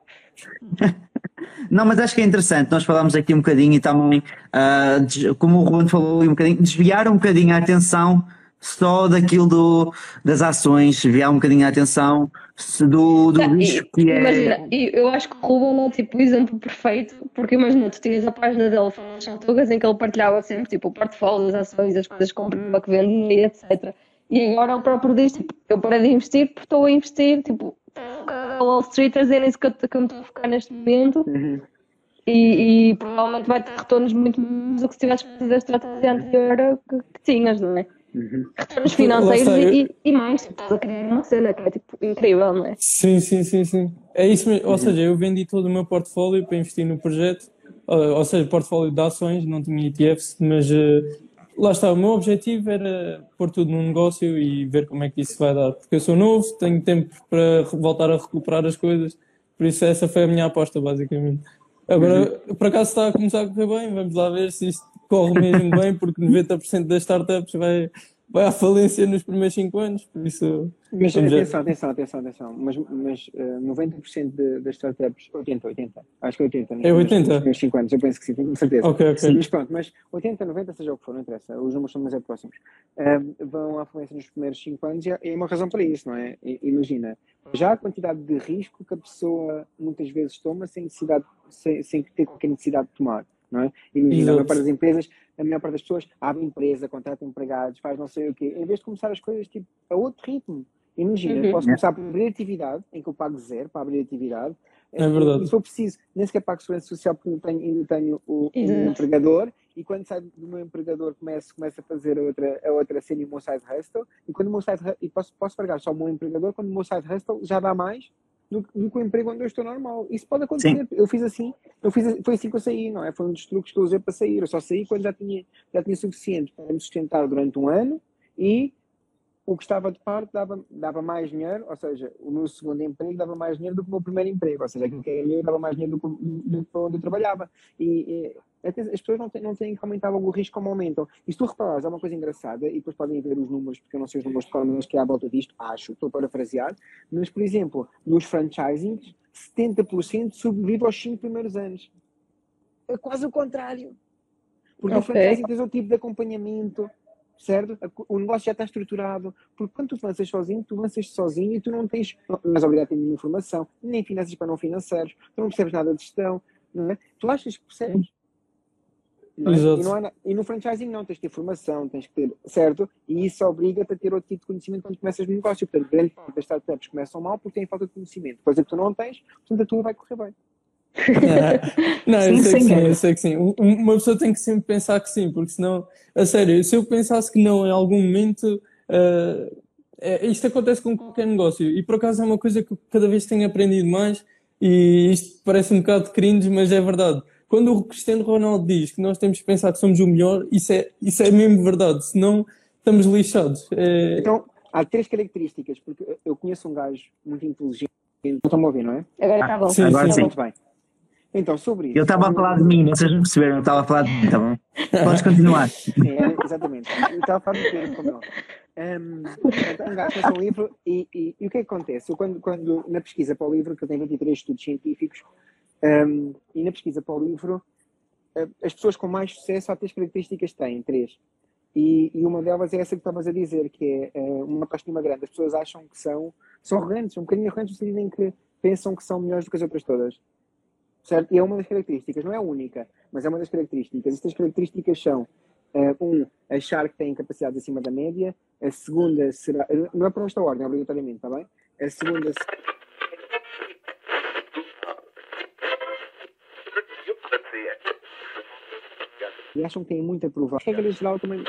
Não, mas acho que é interessante. Nós falámos aqui um bocadinho e também, ah, des- como o Ruben falou, um bocadinho, desviar um bocadinho a atenção só daquilo do, das ações, desviar um bocadinho a atenção se- do, do Tá, risco e- que é. Imagina, e eu acho que o Ruben é tipo o exemplo perfeito, porque imagina, tu tinhas a página dele, Financial Tugas, em que ele partilhava sempre tipo, o portfólio das ações, as coisas que comprava, que vendia, etcétera. E agora ele próprio diz, tipo, eu parei de investir porque estou a investir, tipo, a Wall Streeters é nisso que eu, que eu me estou a focar neste momento. E, e provavelmente vai ter retornos muito mais do que se tivesse tido a estratégia anterior que, que tinhas, não é? Retornos financeiros Lá está, eu- e, e, e mais, tipo, estás a criar uma cena que é tipo incrível, não é? Sim, sim, sim, sim. É isso mesmo. Ou seja, eu vendi todo o meu portfólio para investir no projeto, ou ou seja, portfólio de ações, não tinha E T Fs, mas eh, lá está, o meu objetivo era pôr tudo num negócio e ver como é que isso vai dar. Porque eu sou novo, tenho tempo para re- voltar a recuperar as coisas, por isso essa foi a minha aposta, basicamente. Agora, por acaso está a começar a correr bem, vamos lá ver se isto corre mesmo bem, porque noventa por cento das startups vai, vai à falência nos primeiros cinco anos, por isso... Mas vamos ver. atenção, atenção, atenção, atenção. Mas, mas uh, noventa por cento de, das startups, oitenta, oitenta, acho que é oitenta, É oitenta? Nos primeiros cinco anos, eu penso que sim, tenho certeza. Ok, ok. Sim, mas pronto, mas oitenta, noventa, seja o que for, não interessa, os números são demasiado próximos. Um, vão à falência nos primeiros cinco anos e é uma razão para isso, não é? I, imagina, já a quantidade de risco que a pessoa muitas vezes toma sem, necessidade, sem, sem ter qualquer necessidade de tomar. Não é? Imagina, a maior parte das empresas, a maior parte das pessoas abre empresa, contrata empregados, faz não sei o quê, em vez de começar as coisas tipo, a outro ritmo. Imagina, Uhum. eu posso começar por abrir atividade, em que eu pago zero para abrir atividade. É verdade. E se for preciso, nem sequer pago segurança social porque ainda tenho, ainda tenho o, o Exato. meu empregador, e quando saio do meu empregador começo, começo a fazer a outra, a outra cena e o meu side hustle, e quando o meu side hu- e posso, posso pagar só o meu empregador, quando o meu side hustle já dá mais do, que- do que o emprego onde eu estou normal. Isso pode acontecer. Eu fiz assim, eu fiz, foi assim que eu saí, não é? Foi um dos truques que eu usei para sair. Eu só saí quando já tinha, já tinha suficiente para me sustentar durante um ano e o que estava de parte dava, dava mais dinheiro, ou seja, o meu segundo emprego dava mais dinheiro do que o meu primeiro emprego, ou seja, aquilo que era meu dava mais dinheiro do que, do que onde eu trabalhava. E, e até as pessoas não têm, não têm que aumentar logo o risco como aumentam. E se tu reparares, há uma coisa engraçada, e depois podem ver os números, porque eu não sei os números de forma, mas que é à volta disto, acho, estou a parafrasear, mas, por exemplo, nos franchisings, setenta por cento sobrevive aos cinco primeiros anos. É quase o contrário. Porque no Ok. franchising tens outro tipo de acompanhamento, certo? O negócio já está estruturado, porque quando tu avanças sozinho, tu avanças sozinho e tu não tens, não és obrigado a ter nenhuma informação, nem finanças para não financeiros, tu não percebes nada de gestão, não é? Tu achas que percebes? Não é? Exato. E, não há na- e no franchising não, tens que ter formação, tens que ter, certo? E isso obriga-te a ter outro tipo de conhecimento quando começas no negócio. Portanto, grande parte das startups começam mal porque têm falta de conhecimento, coisa que tu não tens, portanto a tua vai correr bem. Não, eu Sim, sei que sim. sim, eu sei que sim. Um- um- Uma pessoa tem que sempre pensar que sim, porque senão, a sério, se eu pensasse que não em algum momento, ah, é- isto acontece com qualquer negócio. E por acaso é uma coisa que eu cada vez tenho aprendido mais, e isto parece um bocado cringe, mas é verdade. Quando o Cristiano Ronaldo diz que nós temos que pensar que somos o melhor, isso é, isso é mesmo verdade, senão estamos lixados. É, Então, há três características, porque eu- eu conheço um gajo muito inteligente, não estão a ouvir, não é? Agora está bom. sim, Agora sim, sim. Muito bem. Então, sobre isso. Eu estava a falar de mim, vocês não perceberam, eu estava a falar de mim, tá bom? Podes continuar. É, exatamente. Eu estava a falar do Pedro, como não. Um, então, um gajo lança um livro e, e, e o que é que acontece? Eu, quando, quando, na pesquisa para o livro, que eu tenho vinte e três estudos científicos, um, e na pesquisa para o livro, uh, as pessoas com mais sucesso há três características têm, três. E, e uma delas é essa que estavas a dizer, que é uh, uma autoestima grande. As pessoas acham que são, são arrogantes, um bocadinho arrogantes no sentido em que pensam que são melhores do que as outras todas. Certo? E é uma das características, não é a única, mas é uma das características. Estas características são, uh, um, achar que têm capacidades acima da média, a segunda será, não é por esta ordem, obrigatoriamente, está bem? A segunda e acham que têm muito a provar. A regra geral também.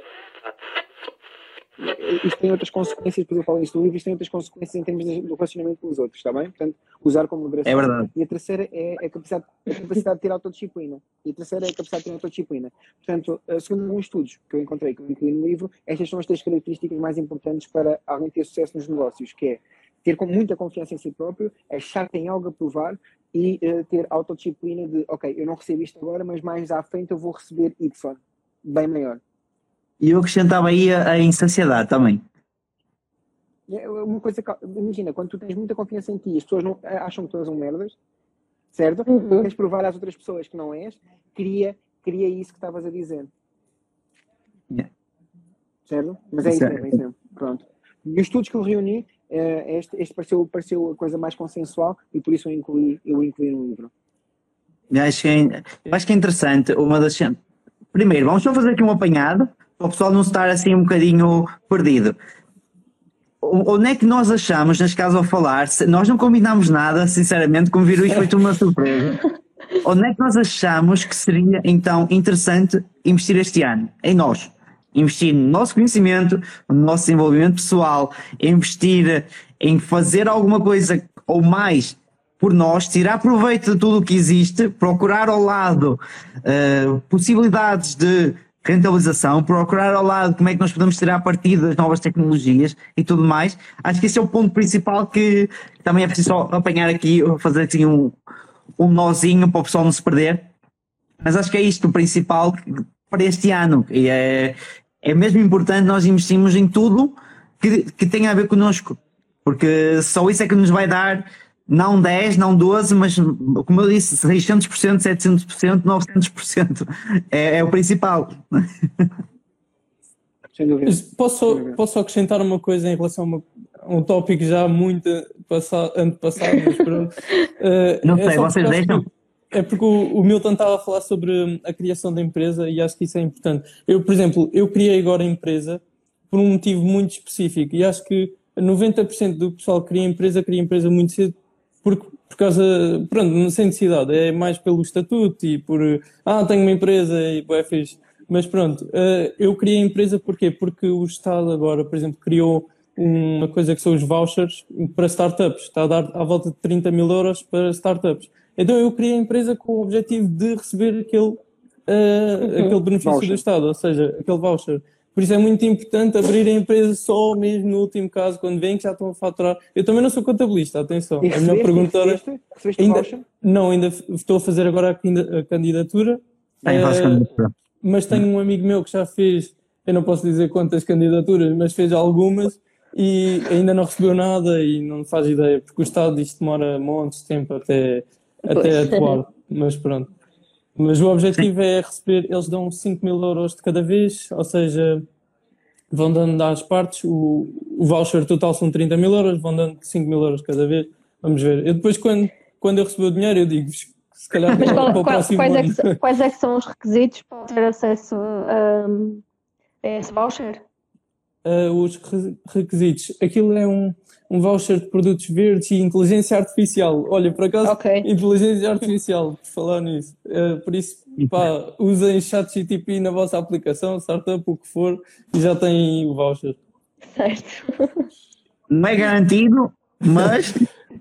Isto tem outras consequências, depois eu falo isso no livro, isto tem outras consequências em termos do relacionamento com os outros, está bem? Portanto, usar como moderação. É verdade. E a terceira é a capacidade, a capacidade de ter autodisciplina. E a terceira é a capacidade de ter autodisciplina. Portanto, segundo alguns estudos que eu encontrei, que eu incluí no livro, estas são as três características mais importantes para alguém ter sucesso nos negócios, que é ter com muita confiança em si próprio, achar que tem algo a provar e uh, ter autodisciplina de, ok, eu não recebo isto agora, mas mais à frente eu vou receber Y, bem maior. E eu acrescentava aí a, a insaciedade também. É uma coisa que, imagina, quando tu tens muita confiança em ti, as pessoas não acham que tu és um merdas, certo? Uhum. Queres provar às outras pessoas que não és, cria, cria isso que estavas a dizer. Yeah. Certo? Mas é isso Certo. mesmo, é isso mesmo. Pronto. E os estudos que eu reuni, eh, este, este pareceu, pareceu a coisa mais consensual e por isso eu incluí, eu incluí no livro. Eu acho que é, eu acho que é interessante. Uma das... Primeiro, vamos só fazer aqui um apanhado para o pessoal não estar assim um bocadinho perdido. O- Onde é que nós achamos, neste caso ao falar, se- nós não combinámos nada, sinceramente, como viram isto foi tudo uma surpresa. Onde é que nós achamos que seria então interessante investir este ano? Em nós. Investir no nosso conhecimento, no nosso desenvolvimento pessoal, investir em fazer alguma coisa ou mais por nós, tirar proveito de tudo o que existe, procurar ao lado eh, possibilidades de rentabilização, procurar ao lado como é que nós podemos tirar partido das novas tecnologias e tudo mais. Acho que esse é o ponto principal que também é preciso só apanhar aqui, fazer assim um, um nozinho para o pessoal não se perder. Mas acho que é isto o principal para este ano. E é, é mesmo importante nós investirmos em tudo que, que tenha a ver connosco, porque só isso é que nos vai dar não dez, não doze, mas como eu disse, seiscentos por cento, setecentos por cento, novecentos por cento. É, é o principal. Sem dúvida. Mas Posso, Sem só- dúvida. posso só acrescentar uma coisa em relação a, uma- a um tópico já muito passa- antepassado, mas pronto. Eh, Não é sei, só vocês porque acho deixam? que- É porque o, o Milton estava a falar sobre a criação da empresa e acho que isso é importante. Eu, por exemplo, eu criei agora a empresa por um motivo muito específico e acho que noventa por cento do pessoal que cria empresa, cria empresa muito cedo porque, por causa, pronto, sem necessidade, é mais pelo estatuto e por, ah, tenho uma empresa e bué fixe. Mas pronto, eh, eu criei a empresa porquê? Porque o Estado agora, por exemplo, criou uma coisa que são os vouchers para startups. Está a dar à volta de trinta mil euros para startups. Então eu criei a empresa com o objetivo de receber aquele, eh, aquele benefício Voucher. do Estado, ou seja, aquele voucher. Por isso é muito importante abrir a empresa só mesmo no último caso, quando veem que já estão a faturar. Eu também não sou contabilista, atenção. E A melhor recebeste? pergunta era. Recebeste? Recebeste o Ainda, voucher? não, ainda f- estou a fazer agora a candida- a candidatura. Está em fase Eh, candidatura. mas tenho um amigo meu que já fez, eu não posso dizer quantas candidaturas, mas fez algumas e ainda não recebeu nada e não faz ideia, porque o Estado isto demora montes de tempo até, até Pois. atuar, mas pronto. Mas o objetivo é receber, eles dão cinco mil euros de cada vez, ou seja, vão dando às partes, o, o voucher total são trinta mil euros, vão dando cinco mil euros cada vez, vamos ver. Eu depois, quando, quando eu receber o dinheiro, eu digo, se calhar Mas para, qual- para o qual- próximo quais, é ano. que, são- quais é que são os requisitos para ter acesso hum, a esse voucher? Uh, os re- requisitos. Aquilo é um, um voucher de produtos verdes e inteligência artificial. Olha, por acaso, Ok. inteligência artificial, por falar nisso. Uh, por isso, pá, usem ChatGPT na vossa aplicação, startup, o que for, e já têm o voucher. Certo. Não é garantido, mas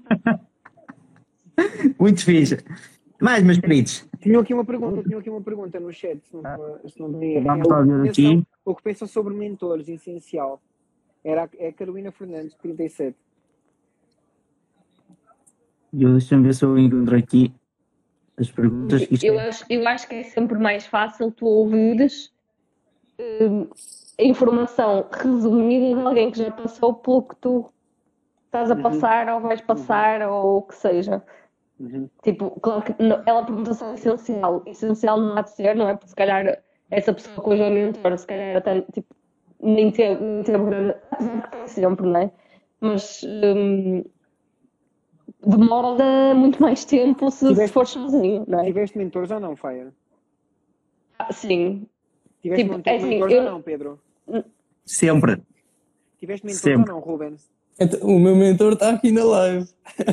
muito fixe. Mais, meus queridos, Tinha aqui uma pergunta, tinha aqui uma pergunta no chat, se não, for- se não tem erro. Vamos É o lá que ver pensam- aqui. O que pensam sobre mentores, essencial. Era, a- é a Carolina Fernandes, trinta e sete. eu deixa-me ver se eu encontro aqui as perguntas que isto Eu é. acho, eu acho que é sempre mais fácil tu ouvires hum, a informação resumida de alguém que já passou pelo que tu estás a Uhum. passar ou vais passar ou o que seja. Uhum. Tipo, claro que não- ela pergunta se é essencial. Essencial não há de ser, não é? Porque se calhar essa pessoa que hoje é mentor, se calhar até tipo, nem teve, nem teve grande. Sempre, não é? Mas hum, demora muito mais tempo se, se Tiveste- for sozinho, não é? Tiveste mentores ou não, Fire? Ah, sim. Tiveste Tipo, mentor- é assim, mentores eu- ou não, Pedro? Sempre. Tiveste mentores Sempre. ou não, Rubens? Então, o meu mentor está aqui na live.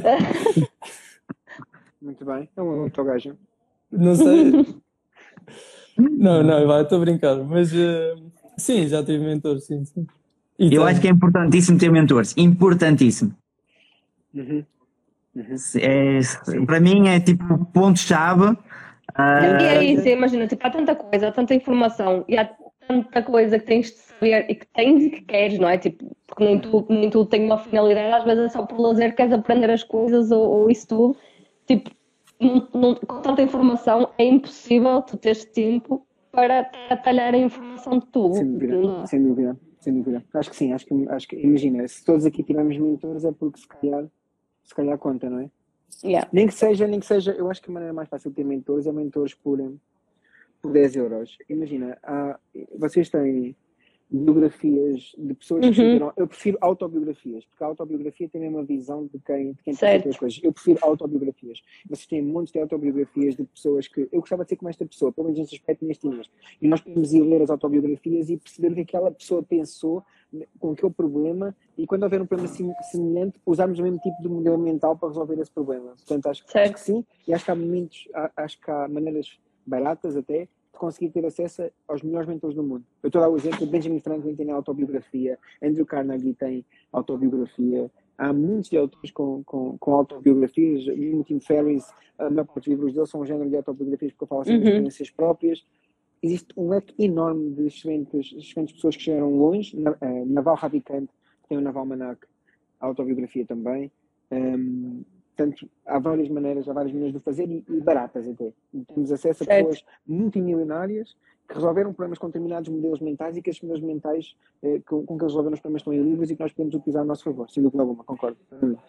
Muito bem. É um outro gajo. Não sei. Não, não, vai, estou a brincar. Mas uh, sim, já tive mentor, sim, sim. E Eu tenho. acho que é importantíssimo ter mentores. Importantíssimo. Uhum. Uhum. É, para mim é tipo ponto-chave. Ah, E é isso, imagina, tipo, há tanta coisa, há tanta informação e há tanta coisa que tens de saber e que tens e que queres, não é? Tipo, porque nem tudo, nem tudo tem uma finalidade, às vezes é só por lazer, queres aprender as coisas ou, ou isso tudo. Tipo, não- não- com tanta informação é impossível tu teres tempo para atalhar a informação de tudo. Sem dúvida, sem dúvida, sem dúvida. Acho que sim, acho que, acho que imagina, se todos aqui tivermos mentores é porque se calhar, se calhar conta, não é? Yeah. Nem que seja, nem que seja, eu acho que a maneira mais fácil de ter mentores é mentores por, por dez euros. Imagina, há, vocês têm biografias de pessoas que Uhum. fizeram. Eu prefiro autobiografias, porque a autobiografia tem a mesma visão de quem, de quem tem Certo. feito as coisas. Eu prefiro autobiografias. Vocês têm montes de autobiografias de pessoas que eu gostava de ser como esta pessoa, pelo menos nesse aspecto neste e neste. E nós podemos ir ler as autobiografias e perceber o que aquela pessoa pensou com aquele problema e quando houver um problema sim- semelhante, usarmos o mesmo tipo de modelo mental para resolver esse problema. Portanto, acho, Certo. acho que sim, e acho que há momentos, há- acho que há maneiras baratas até de conseguir ter acesso aos melhores mentores do mundo. Eu estou a dar o exemplo, Benjamin Franklin tem autobiografia, Andrew Carnegie tem autobiografia, há muitos de autores com, com, com autobiografias, o Tim Ferriss, a maior parte dos livros dele são um género de autobiografias porque eu falo sempre de Uhum. experiências próprias. Existe um leque enorme de excelentes, excelentes pessoas que chegaram longe. Na, uh, Naval Ravikant tem o Naval Manak, a autobiografia também. Um, portanto, há várias maneiras, há várias maneiras de fazer e, e baratas até. Temos acesso a Certo. pessoas multimilionárias que resolveram problemas com determinados modelos mentais e que esses modelos mentais eh, com, com que eles resolveram os problemas estão em livros e que nós podemos utilizar a nosso favor, sem dúvida alguma, concordo.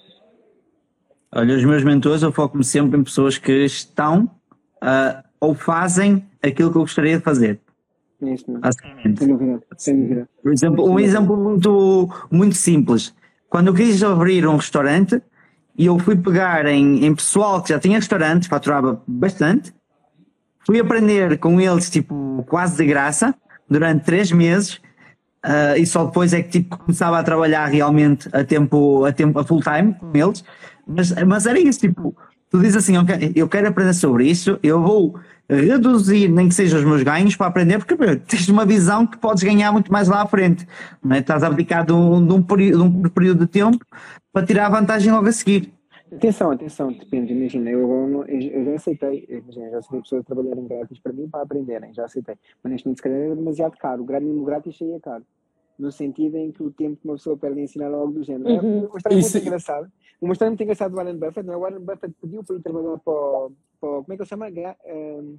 Olha, os meus mentores, eu foco-me sempre em pessoas que estão uh, ou fazem aquilo que eu gostaria de fazer. É isso mesmo. Basicamente. Sem dúvida, sem dúvida. Por exemplo, um exemplo muito, muito simples. Quando eu quis abrir um restaurante e eu fui pegar em, em pessoal que já tinha restaurante, faturava bastante, fui aprender com eles tipo quase de graça durante três meses uh, e só depois é que tipo, começava a trabalhar realmente a tempo, a tempo, a full time com eles. Mas, mas era isso, tipo, tu dizes assim, okay, eu quero aprender sobre isso, eu vou reduzir, nem que sejam os meus ganhos, para aprender, porque pô, tens uma visão que podes ganhar muito mais lá à frente. Não é? Estás a abdicar de um, de, um período, de um período de tempo para tirar a vantagem logo a seguir. Atenção, atenção, depende, imagina, eu, eu, eu já aceitei, imagina, já aceitei pessoas a trabalharem grátis para mim para aprenderem, já aceitei, mas neste momento se calhar é demasiado caro, o mínimo grátis é caro, no sentido em que o tempo que uma pessoa perde em ensinar algo do género. Uhum. É uma história Isso- muito engraçada, uma história muito engraçada do Warren Buffett, não é? O Warren Buffett pediu para ir trabalhar para o, para o- como é que ele chama? Gra- um,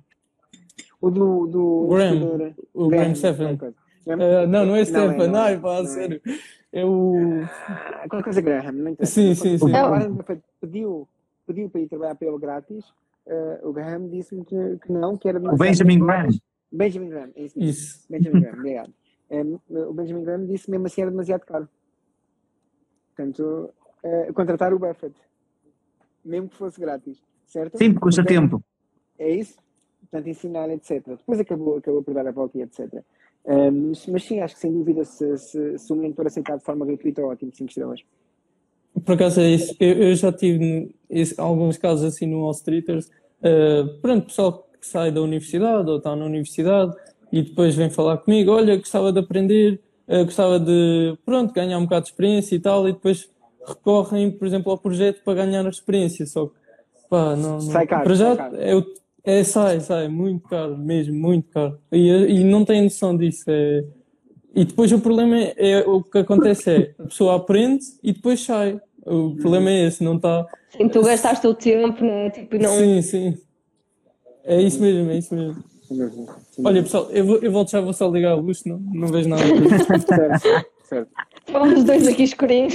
o do... do Graham, investidor- o Graham Stephan. qualquer coisa. Ah, não, não é Stefan, não é, ai pá, não é. sério. É o. Ah, qualquer coisa Graham, não interessa. Sim, sim, sim. O Warren Buffett pediu, pediu para ir trabalhar para ele grátis, uh, o Graham disse-me que, que não, que era O demasiado Benjamin grátis. Graham. Benjamin Graham, é isso mesmo. Isso. Benjamin Graham, obrigado. Um, o Benjamin Graham disse mesmo assim era demasiado caro. Portanto, uh, contratar o Buffett, mesmo que fosse grátis, certo? Sim, porque custa Porque tempo. É isso? Portanto, ensinar, etcétera. Depois acabou, acabou por dar a volta e etcétera. Um, mas, mas sim, acho que sem dúvida, se, se, se o mentor aceitar de forma gratuita, ótimo, cinco estrelas. Por acaso é isso. Eu, eu já tive esse- alguns casos assim no Wall Streeters. Uh, pronto, pessoal que sai da universidade ou está na universidade e depois vem falar comigo, olha, gostava de aprender, uh, gostava de, pronto, ganhar um bocado de experiência e tal, e depois recorrem, por exemplo, ao projeto para ganhar a experiência, só que, pá, não... não Sai caro, para já, sai caro. é, o- é, sai, sai, muito caro, mesmo, muito caro. E, e não tem noção disso, é... E depois o problema é, é- o que acontece é, a pessoa aprende e depois sai. O problema é esse, não está... Sim, tu gastaste o tempo, né? Tipo, não. Sim, sim. É isso mesmo, é isso mesmo. Sem dúvida, sem Olha, dúvida. pessoal, eu, vou, eu volto já, vou só ligar a luz, não, não vejo nada. Certo, certo. Fomos os dois aqui escurinhos.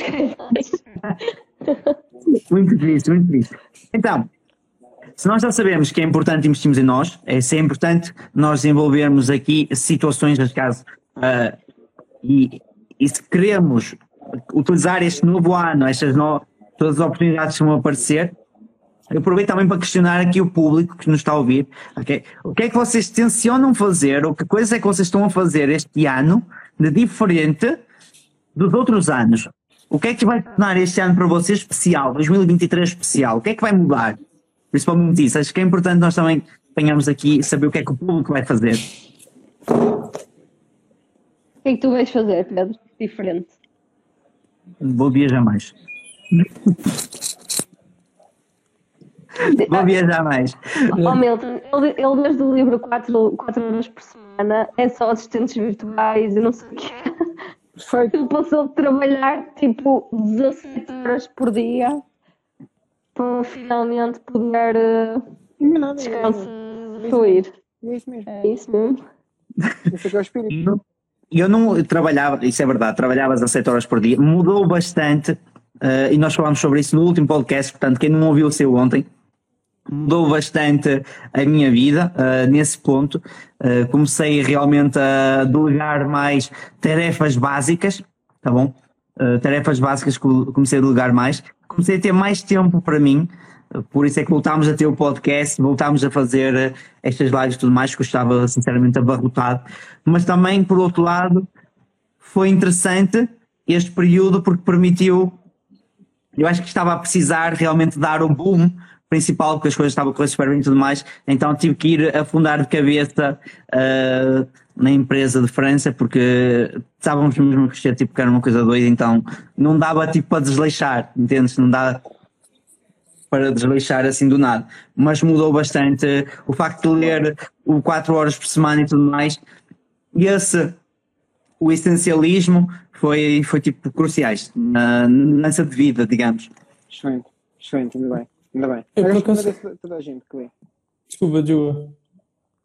Muito triste, muito triste. Então, se nós já sabemos que é importante investirmos em nós, é se é importante nós desenvolvermos aqui situações, neste caso, ah, e, e se queremos utilizar este novo ano, estas no, todas as oportunidades que vão aparecer, eu aproveito também para questionar aqui o público que nos está a ouvir, ok? O que é que vocês tencionam fazer, ou que coisas é que vocês estão a fazer este ano de diferente dos outros anos? O que é que vai tornar este ano para vocês especial, dois mil e vinte e três especial? O que é que vai mudar? Principalmente isso, acho que é importante nós também apanharmos aqui e saber o que é que o público vai fazer. O que é que tu vais fazer, Pedro? Diferente. Vou viajar mais. Vou viajar mais. Oh, Milton, ele, ele desde o livro quatro horas por semana é só assistentes virtuais e não sei o quê. Perfeito. Ele passou de trabalhar tipo dezassete horas por dia para finalmente poder uh, Não é nada, é descansar, isso fluir. é isso mesmo. É isso mesmo. Esse é que é o espírito. E eu- Eu não eu trabalhava, isso é verdade, trabalhava dezessete horas por dia, mudou bastante, eh, e nós falámos sobre isso no último podcast, portanto, quem não ouviu o seu ontem, mudou bastante a minha vida eh, nesse ponto. Eh, comecei realmente a delegar mais tarefas básicas, tá bom? Eh, tarefas básicas que eu comecei a delegar mais, comecei a ter mais tempo para mim. Por isso é que voltámos a ter o podcast, voltámos a fazer eh, estas lives e tudo mais, que eu estava sinceramente abarrotado. Mas também, por outro lado, foi interessante este período porque permitiu, eu acho que estava a precisar realmente dar o boom principal, porque as coisas estavam a correr super bem e tudo mais, então tive que ir afundar de cabeça eh, na empresa de França, porque estávamos mesmo a crescer, tipo, que era uma coisa doida, então não dava tipo para desleixar, entendes? Não dá para desleixar assim do nada, mas mudou bastante o facto de ler o quatro horas por semana e tudo mais, e esse, o essencialismo foi, foi tipo cruciais na na mudança de vida, digamos. Excelente, excelente, ainda bem. Ainda bem. Eu, Mas por acho que acaso- agradeço a toda a gente que lê. Desculpa, Diogo.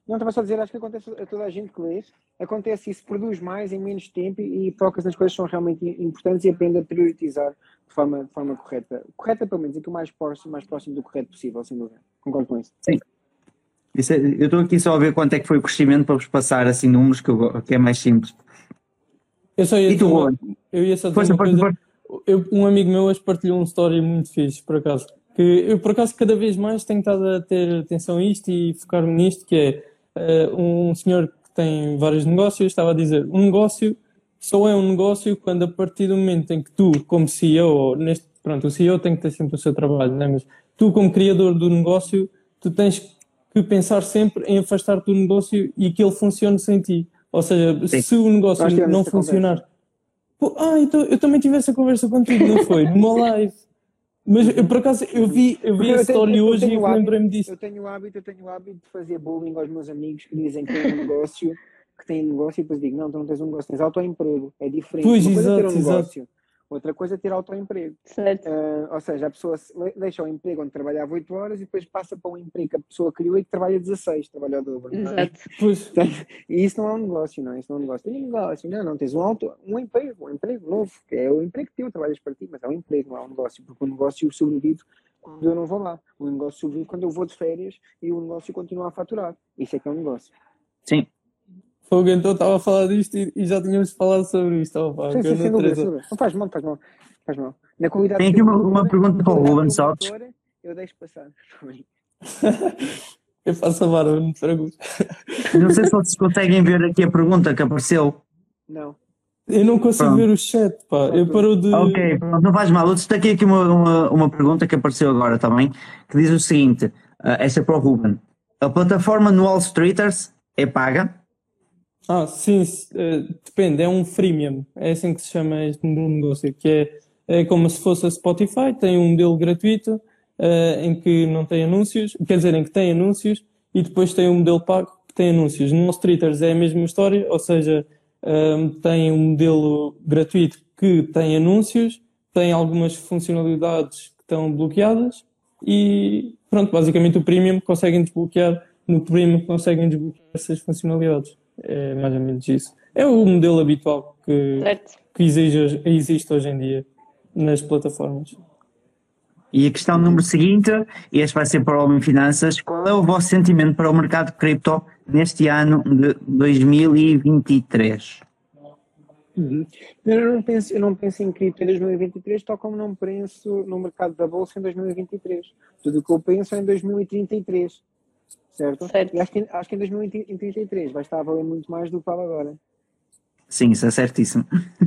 Não, estava só a dizer, acho que acontece a toda a gente que lê, acontece isso, produz mais em menos tempo e focas nas coisas que são realmente importantes e aprende a priorizar de forma, de forma correta. Correta, pelo menos, aqui o mais próximo, mais próximo do correto possível, sem dúvida. Concordo com isso. Sim. Isso é- eu estou aqui só a ver quanto é que foi o crescimento para vos passar assim números que, eu- que é mais simples. Eu só ia E dizer tu, uma, Ruben? eu ia só dizer Força, uma força, coisa. força. Eu- um amigo meu hoje partilhou um story muito fixe, por acaso. Que eu, por acaso, cada vez mais tenho estado a ter atenção a isto e focar-me nisto, que é eh, um senhor que tem vários negócios, estava a dizer, um negócio só é um negócio quando a partir do momento em que tu, como C E O, ou neste, pronto, o C E O tem que ter sempre o seu trabalho, né? Mas tu, como criador do negócio, tu tens que pensar sempre em afastar-te do negócio e que ele funcione sem ti. Ou seja, Sim. se o negócio Nós tivemos não essa funcionar... Pô, ah, então eu também tive essa conversa contigo, não foi? Numa live. Mas eu, por acaso eu vi, eu vi Porque eu esse tenho- story eu hoje tenho e eu o hábito- lembrei-me disso. Eu tenho o hábito, eu tenho o hábito de fazer bullying aos meus amigos que dizem que têm um negócio, que têm negócio e depois digo, não, tu não tens um negócio, tens autoemprego. É diferente. Pois, Uma coisa é ter um exato, exato. negócio, outra coisa é ter autoemprego. Certo. Ah, ou seja, a pessoa se- le- deixa o emprego onde trabalhava oito horas e depois passa para um emprego que a pessoa criou e que trabalha dezasseis, trabalha o dobro. não é? Exato. Pois, Portanto, e isso não é um negócio, não é? Isso não é um negócio. Tem um negócio, não, não, tens um, auto, um emprego, um emprego novo, que é o emprego teu, trabalhas para ti, mas é um emprego, não é um negócio, porque o negócio sobrevive quando eu não vou lá. O negócio sobrevive quando eu vou de férias e o negócio continua a faturar. Isso é que é um negócio. Sim. fogo, então estava a falar disto e, e já tínhamos falado sobre isto. Oh, pá, Sim, que sim, eu sem não dúvida, Teresa. sem dúvida. Não faz mal, não faz mal. Faz mal. Na qualidade Tem de aqui uma, mentor- uma pergunta na para o qualidade Ruben de só. mentor, eu deixo passar. Eu faço a barba, não te preocupes. Não sei se vocês conseguem ver aqui a pergunta que apareceu. Não. Eu não consigo Pronto. ver o chat, pá. Eu paro de. Ok, pronto, não faz mal. Eu destaquei aqui uma, uma, uma pergunta que apareceu agora também, que diz o seguinte, ah, esta é para o Ruben. A plataforma no Wall Streeters é paga? Ah, sim, s- eh, depende, é um freemium, é assim que se chama este negócio, que é, é como se fosse a Spotify, tem um modelo gratuito, eh, em que não tem anúncios, quer dizer, em que tem anúncios, e depois tem um modelo pago que tem anúncios. No Streeters é a mesma história, ou seja, ehm, tem um modelo gratuito que tem anúncios, tem algumas funcionalidades que estão bloqueadas, e pronto, basicamente o premium conseguem desbloquear, no premium conseguem desbloquear essas funcionalidades. É mais ou menos isso. É o modelo habitual que, Certo. que exige hoje- existe hoje em dia nas plataformas. E a questão número seguinte, e este vai ser para o Homem Finanças, qual é o vosso sentimento para o mercado de cripto neste ano de dois mil e vinte e três? Uhum. Eu não penso, eu não penso em cripto em dois mil e vinte e três, tal como não penso no mercado da bolsa em dois mil e vinte e três. Tudo o que eu penso é em dois mil e trinta e três, certo? Certo. E acho que, acho que em dois mil e trinta e três vai estar a valer muito mais do que vale agora. Sim, isso é certíssimo.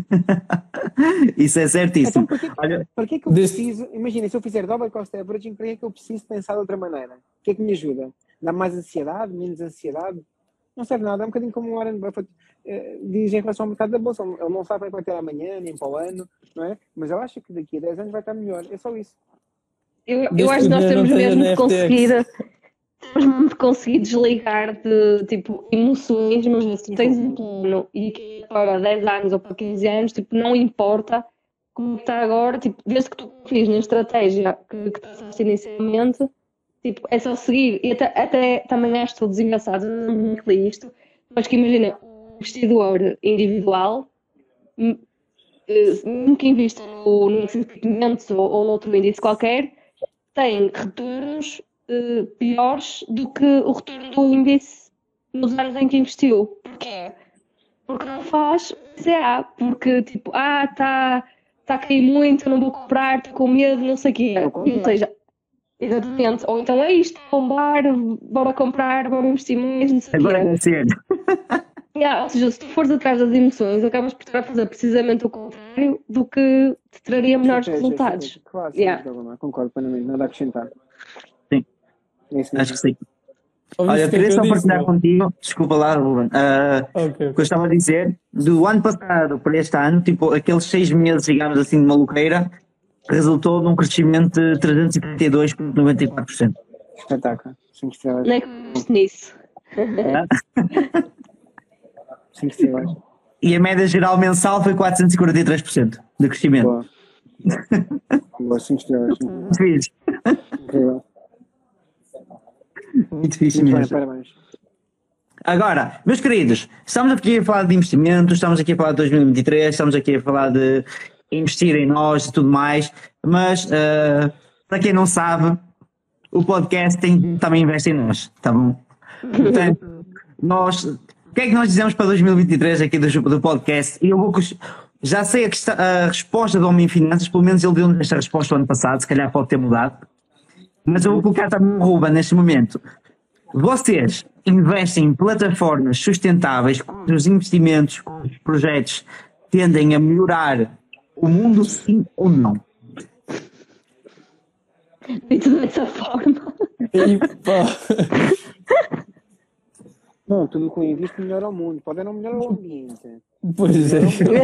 Isso é Então, certíssimo. para que, Olha, para que é que eu Desde- preciso, imagina, se eu fizer double cost averaging, para que é que eu preciso pensar de outra maneira? O que é que me ajuda? Dá mais ansiedade, menos ansiedade? Não serve nada, é um bocadinho como o Warren Buffett eh, diz em relação ao mercado da bolsa. Ele não sabe o que vai ter amanhã, nem para o ano, não é? Mas eu acho que daqui a dez anos vai estar melhor, é só isso. Eu, eu Desde acho que que o nós dinheiro temos não tenha mesmo de na F T X. conseguir, temos mesmo de conseguir desligar de tipo emoções, mas se tu tens um plano e que é para dez anos ou para quinze anos, tipo, não importa como está agora, tipo, desde que tu confies na estratégia que, que traçaste inicialmente, tipo, é só seguir. E até, até também acho todos engraçados, eu não li isto, mas que imagina, um investidor individual hum, eh, nunca invista no, no S and P quinhentos ou, ou noutro índice qualquer, tem retornos eh, piores do que o retorno do índice nos anos em que investiu. Porquê? Porque não faz C A, porque tipo, ah, está tá a cair muito, eu não vou comprar, estou com medo, não sei o quê. Ou seja, exatamente, ou então é isto, bombar, bora comprar, bora investir mais, não sei o agora quê. é ser. Yeah, ou seja, se tu fores atrás das emoções, acabas por estar a fazer precisamente o contrário do que te traria melhores Estratégia, resultados. estratégia. Claro, sim, Yeah. problema. Concordo plenamente, nada a acrescentar. Sim. É isso Acho mesmo. que sim. Ouviste Olha, o que é queria que só eu disse, partilhar não? contigo, desculpa lá, Ruben, ah, Ok, o que eu ok. estava a dizer, do ano passado para este ano, tipo, aqueles seis meses, digamos assim, de maluqueira, resultou num crescimento de trezentos e trinta e dois vírgula noventa e quatro por cento. Espetáculo. Cinco estrelas. Nem é que penso nisso. Cinco estrelas. E a média geral mensal foi quatrocentos e quarenta e três por cento de crescimento. Boa. Boa, cinco estrelas. Sim. Muito fixe. Incrível. Muito fixe Muito bem, mesmo. parabéns. Agora, meus queridos, estamos aqui a falar de investimentos, estamos aqui a falar de dois mil e vinte e três, estamos aqui a falar de investir em nós e tudo mais, mas uh, para quem não sabe, o podcast tem, também investe em nós, tá bom? Portanto, nós, o que é que nós dizemos para dois mil e vinte e três aqui do, do podcast? E eu vou, já sei a, questão, a resposta do Homem em Finanças, pelo menos ele deu esta resposta o ano passado, se calhar pode ter mudado, mas eu vou colocar também o Ruben neste momento. Vocês investem em plataformas sustentáveis, cujos investimentos, cujos projetos tendem a melhorar o mundo, sim ou não? Dito dessa forma. E pá. Bom, tudo que eu invisto melhora o mundo, pode não melhorar o ambiente. Pois é.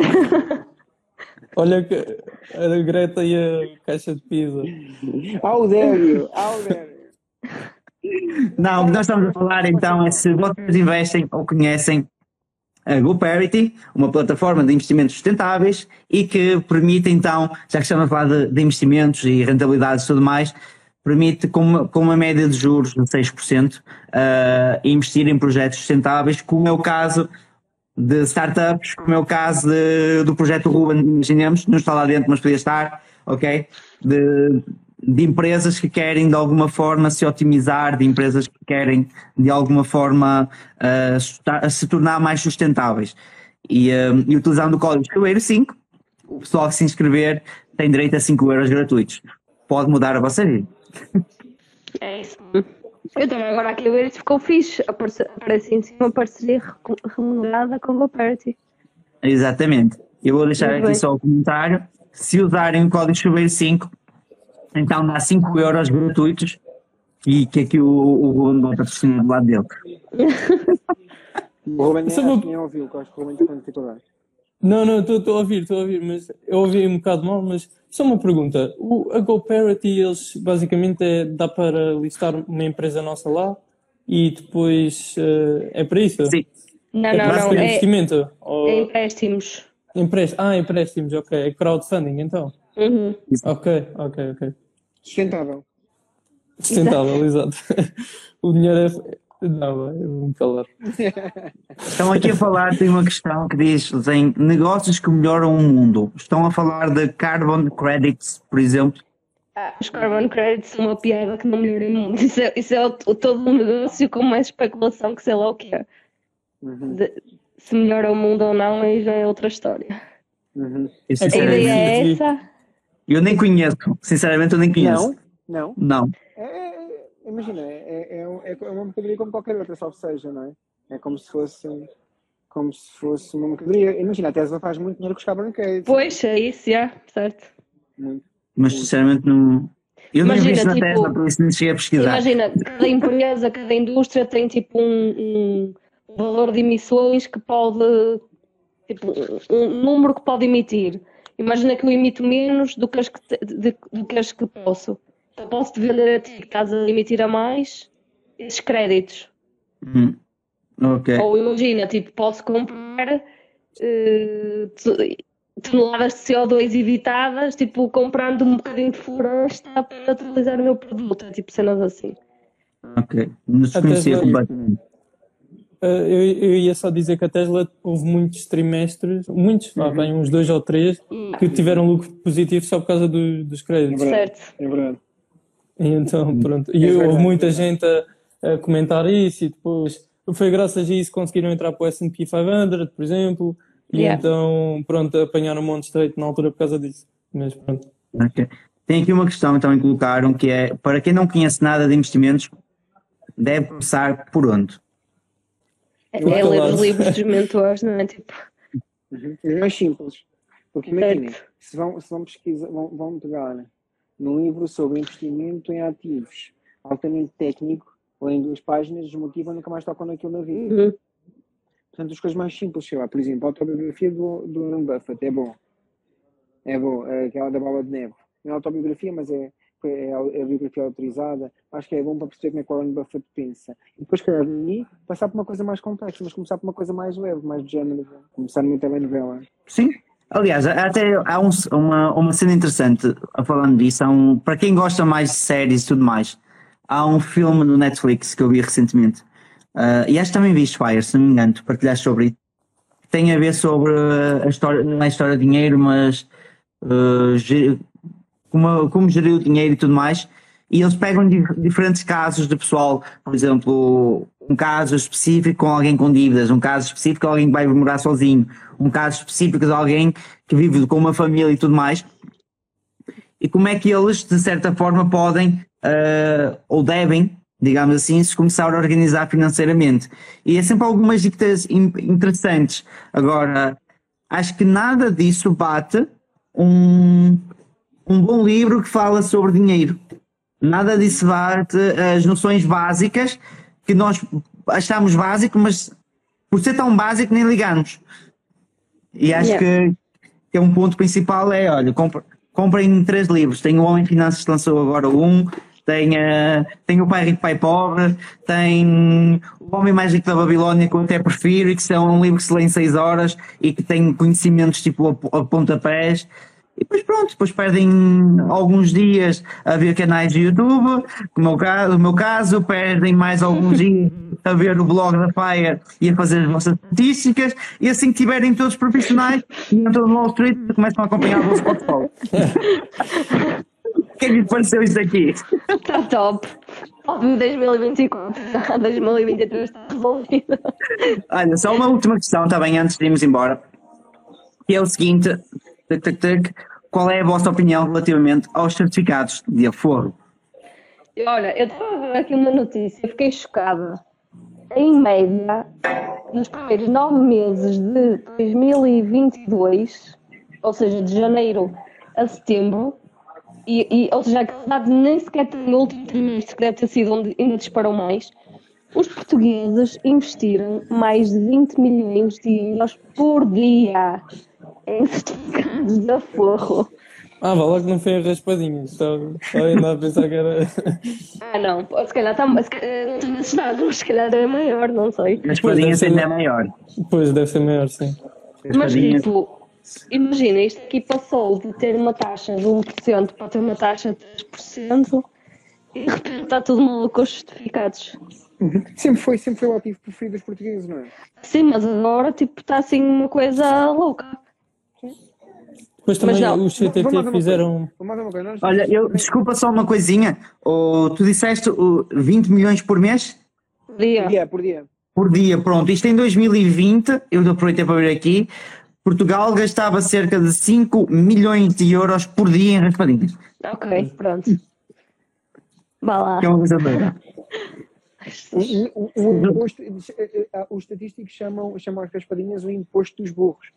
Olha que a Greta e a caixa de pizza. How dare you, how dare you. Não, o que nós estamos a falar então é se vocês investem ou conhecem a GoParity, uma plataforma de investimentos sustentáveis e que permite então, já que estamos a falar de, de investimentos e rentabilidades e tudo mais, permite com uma, com uma média de juros de seis por cento uh, investir em projetos sustentáveis, como é o caso de startups, como é o caso de, do projeto Ruben, imaginemos, não está lá dentro, mas podia estar, ok? De, de empresas que querem de alguma forma se otimizar, de empresas que querem de alguma forma uh, se tornar mais sustentáveis. E, uh, e utilizando o código Chuveiro cinco, o pessoal que se inscrever tem direito a cinco euros gratuitos. Pode mudar a vossa vida. É isso. Eu também agora aqui a ver isto ficou fixe. Aparece, aparece em cima uma parceria remunerada com a GoParity. Exatamente. Eu vou deixar Muito aqui bem. só o comentário. Se usarem o código Chuveiro cinco, então dá cinco euros gratuitos e que aqui o, o Ruben vai patrocinar do lado dele. O Ruben nem, Isso é acho uma- que nem ouviu, que eu acho que o Ruben está com dificuldade. Não, não, estou a ouvir, estou a ouvir, mas eu ouvi um bocado mal, mas só uma pergunta. O, a GoParity, eles basicamente é, dá para listar uma empresa nossa lá e depois eh, é para isso? Sim. Não, É não, para não. É, investimento? Ou é empréstimos. emprést- Ah, empréstimos, ok. É crowdfunding então. Uhum. Ok, ok, ok. Sustentável. Sustentável, exato. O dinheiro é. Não, eu vou me calar. Estão aqui a falar de uma questão que diz em negócios que melhoram o mundo. Estão a falar de carbon credits, por exemplo. Ah, os carbon credits são uma piada que não melhora o mundo. Isso é, isso é o, o- todo um negócio com mais especulação que sei lá o que é. Uhum, De- se melhora o mundo ou não, aí já é outra história. uhum. Eu, A sinceramente, ideia é sim. essa. eu nem conheço. Sinceramente, eu nem conheço. Não, não. Não. É, é- imagina, é, é, um- é uma mercadoria como qualquer outra, só seja, não é? É como se fosse, como se fosse uma mercadoria. Imagina, a Tesla faz muito dinheiro com os carbon credits. Pois, é isso, já, certo. Muito. Mas sinceramente não. Eu não Imagina, invisto na tipo, Tesla, por isso nem cheguei a pesquisar. Imagina, cada empresa, cada indústria tem tipo um, um valor de emissões que pode, tipo, um número que pode emitir. Imagina que eu emito menos do que as que, te- de- do que, as que posso. Então posso-te vender a ti que estás a emitir a mais esses créditos. Hum. Ok. Ou imagina, tipo, posso comprar eh, tu- toneladas de C O dois evitadas, tipo, comprando um bocadinho de floresta para utilizar o meu produto, tipo, cenas assim. Ok. Não desconhecia Tesla- completamente. Uh, eu, eu ia só dizer que a Tesla houve muitos trimestres, muitos, Uhum. ah, bem, uns dois ou três, que tiveram lucro positivo só por causa do- dos É créditos. verdade. Certo. É verdade. E então, pronto. E É houve verdade, muita é gente a, a comentar isso e depois foi graças a isso que conseguiram entrar para o S and P quinhentos, por exemplo, e Yeah. então, pronto, apanharam um monte de estreito na altura por causa disso. Mas pronto. Ok. Tem aqui uma questão que também colocaram, que é, para quem não conhece nada de investimentos, deve começar por onde? É, Muito é ler lado. os livros dos mentores, não é? Tipo, Uhum. Os mais simples. Porque imaginem, Certo. se vão, se vão pesquisar, vão, vão pegar num livro sobre investimento em ativos altamente técnico, ou em duas páginas, desmotivam e nunca mais tocam naquilo na vida. uhum. Portanto, as coisas mais simples, sei lá, por exemplo, a autobiografia do, do Warren Buffett é bom. É bom, é aquela da Bola de Neve. Não é autobiografia, mas é, é, a, é a biografia autorizada. Acho que é bom para perceber como é que o Warren Buffett pensa. E depois, calhar, de mim, passar por uma coisa mais complexa, mas começar por uma coisa mais leve, mais de género. Começar numa telenovela. Sim. Aliás, até há um- uma, uma cena interessante a falando disso. Há um, para quem gosta mais de séries e tudo mais, há um filme no Netflix que eu vi recentemente Uh, e acho que também viste Fire, se não me engano, tu partilhaste sobre isso. Tem a ver sobre a história, não é a história de dinheiro, mas uh, ger- como, como gerir o dinheiro e tudo mais. E eles pegam di- diferentes casos de pessoal, por exemplo, um caso específico com alguém com dívidas, um caso específico de alguém que vai morar sozinho, um caso específico de alguém que vive com uma família e tudo mais. E como é que eles, de certa forma, podem uh, ou devem, digamos assim, se começar a organizar financeiramente. E é sempre algumas dicas in- interessantes. Agora, acho que nada disso bate um, um bom livro que fala sobre dinheiro. Nada disso bate as noções básicas que nós achamos básico, mas por ser tão básico nem ligamos. E acho Yeah. que, que é um ponto principal é, olha, compra- comprem três livros. Tem o Homem em Finanças que lançou agora um, tem, eh, tem o Pai Rico, Pai Pobre, tem o Homem Mais Rico da Babilónia, que eu até prefiro, e que é um livro que se lê em seis horas e que tem conhecimentos tipo a, a pontapés. E depois pronto, depois perdem alguns dias a ver canais de YouTube, como é o caso, o meu caso, perdem mais alguns dias a ver o blog da Fire e a fazer as vossas estatísticas, e assim que tiverem todos profissionais, entram no Wall Street e começam a acompanhar o vosso portfólio. O que é que lhe pareceu isto aqui? Está top. Óbvio, dois mil e vinte e quatro. dois mil e vinte e três está resolvido. Olha, só uma última questão, está bem, antes de irmos embora, que é o seguinte, tac, tac, tac, qual é a vossa opinião relativamente aos certificados de aforro? Olha, eu estava a ver aqui uma notícia, eu fiquei chocada. Em média, nos primeiros nove meses de dois mil e vinte e dois, ou seja, de janeiro a setembro, e, e, ou seja, aqueles dados nem sequer têm o último trimestre, que deve ter sido onde ainda disparou mais, os portugueses investiram mais de vinte milhões de euros por dia em certificados de aforro. Ah, vá lá que não foi a raspadinha. Estava estava ainda a pensar que era. Ah, não, pô, se calhar, tá, se calhar não tenho esses dados, mas se calhar é maior, não sei. A espadinha Pois, deve ser ainda é ma- maior. Pois, deve ser maior, sim. A Mas espadinha- tipo, imagina, isto aqui passou de ter uma taxa de um por cento para ter uma taxa de três por cento e de repente está tudo maluco com os certificados. Sempre foi, sempre foi o ativo preferido dos portugueses, não é? Sim, mas agora tipo está assim uma coisa louca. Depois também não, os C T Vamos lá T ver uma fizeram. coisa. Vamos lá ver uma coisa. Nós- Olha, eu, desculpa só uma coisinha, oh, tu disseste oh, vinte milhões por mês? Dia. Por dia, por dia. Por dia, pronto. Isto em dois mil e vinte, eu aproveitei para ver aqui, Portugal gastava cerca de cinco milhões de euros por dia em raspadinhas. Ok, pronto. Vá lá. Que é uma coisa doida. O, o, o imposto, os estatísticos chamam, chamam as raspadinhas o imposto dos burros.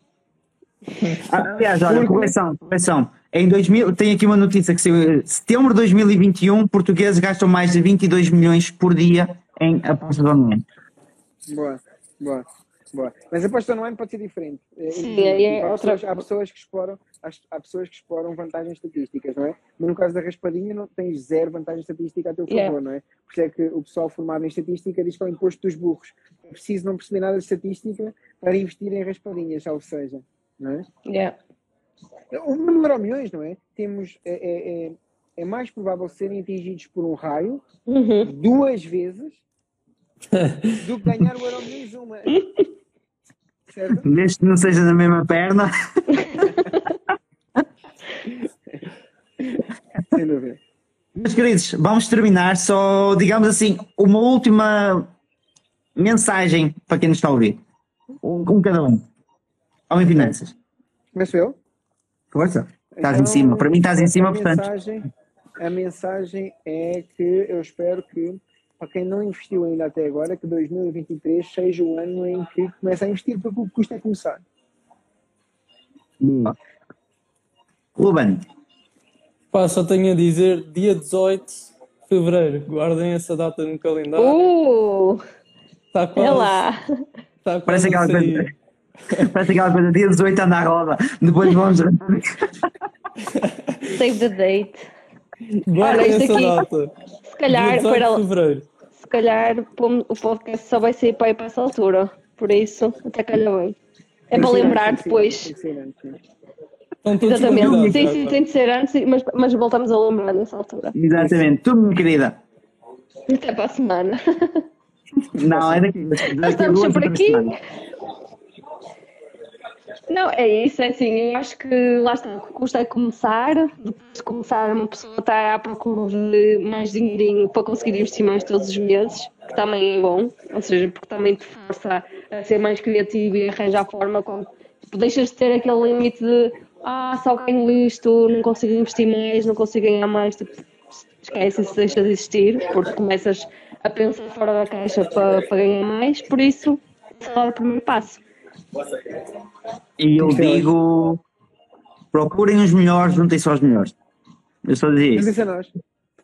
Ah, aliás, olha, correção, correção. Em dois mil, tem aqui uma notícia que saiu, setembro de dois mil e vinte e um, portugueses gastam mais de vinte e dois milhões por dia em apostas online. Boa, boa, boa. Mas a aposta online pode ser diferente. É, Sim, é, aí é tipo, há, outra pessoas, há pessoas que exploram, há, há pessoas que exploram vantagens estatísticas, não é? Mas no caso da raspadinha não tens zero vantagem estatística a teu favor, Yeah. não é? Por isso é que o pessoal formado em estatística diz que é o imposto dos burros. É preciso não perceber nada de estatística para investir em raspadinhas, ou seja, não é? Yeah. O número de milhões, não é? Temos, é, é, é, é mais provável serem atingidos por um raio Uhum. duas vezes do que ganhar o Euro Milhões uma. Certo? Desde que não seja na mesma perna. Sem dúvida. Meus queridos, vamos terminar só, digamos assim, uma última mensagem para quem nos está a ouvir. Um, um cada um. Homem Finanças. Começo eu? Força. Estás Então, em cima. Para mim estás em cima, a portanto. Mensagem, a mensagem é que eu espero que, para quem não investiu ainda até agora, que dois mil e vinte e três seja o ano em que começa a investir, porque o que custa é começar. Boa. Ruben, Pá, só tenho a dizer dia dezoito de fevereiro. Guardem essa data no calendário. Uh! Está É quase. lá. Está parece quase a aquela sair. coisa. Parece aquela coisa, dia dezoito anda à roda. Depois vamos. Save the date. Guardem Olha, isto essa aqui- data. Se calhar, dia dezoito para, de fevereiro. se calhar pom- o podcast só vai sair para aí para essa altura. Por isso, até calhar bem. É para lembrar depois. Tem que ser antes, né? Estão todos Exatamente. convidados Sim, já sim, agora. tem de ser antes, mas, mas voltamos a lembrar nessa altura. Exatamente. Tu, minha querida. Até para a semana. Não, é daqui. Nós estamos sempre aqui. Não, é isso, é assim, eu acho que lá está, custa a começar, depois de começar uma pessoa está à procura de mais dinheirinho para conseguir investir mais todos os meses, que também é bom, ou seja, porque também te força a ser mais criativo e arranjar forma, com, tipo, deixas de ter aquele limite de ah, só ganho isto, não consigo investir mais, não consigo ganhar mais, tipo, esquece isso, deixa de existir, porque começas a pensar fora da caixa para, para ganhar mais, por isso, esse é o primeiro passo. E eu digo, procurem os melhores, juntem-se aos melhores. Eu só dizia isso. Juntem-se a nós.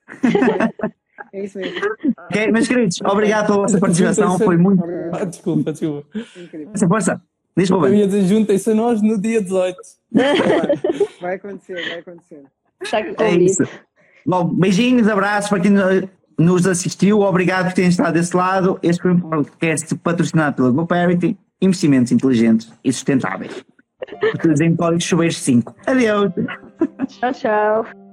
É isso mesmo. Ok, meus queridos, obrigado pela vossa participação, foi muito... Ah, desculpa, desculpa. Incrível. Força, força. Diz, Eu Ruben. ia dizer, juntem-se a nós no dia dezoito. Vai acontecer, vai acontecer. Está com o É convite. isso. Bom, beijinhos, abraços para quem nos assistiu, obrigado por terem estado desse lado. Este foi um podcast patrocinado pela GoParity, investimentos inteligentes e sustentáveis. Utilizem o código Chuveiros cinco. Adeus. Tchau, tchau.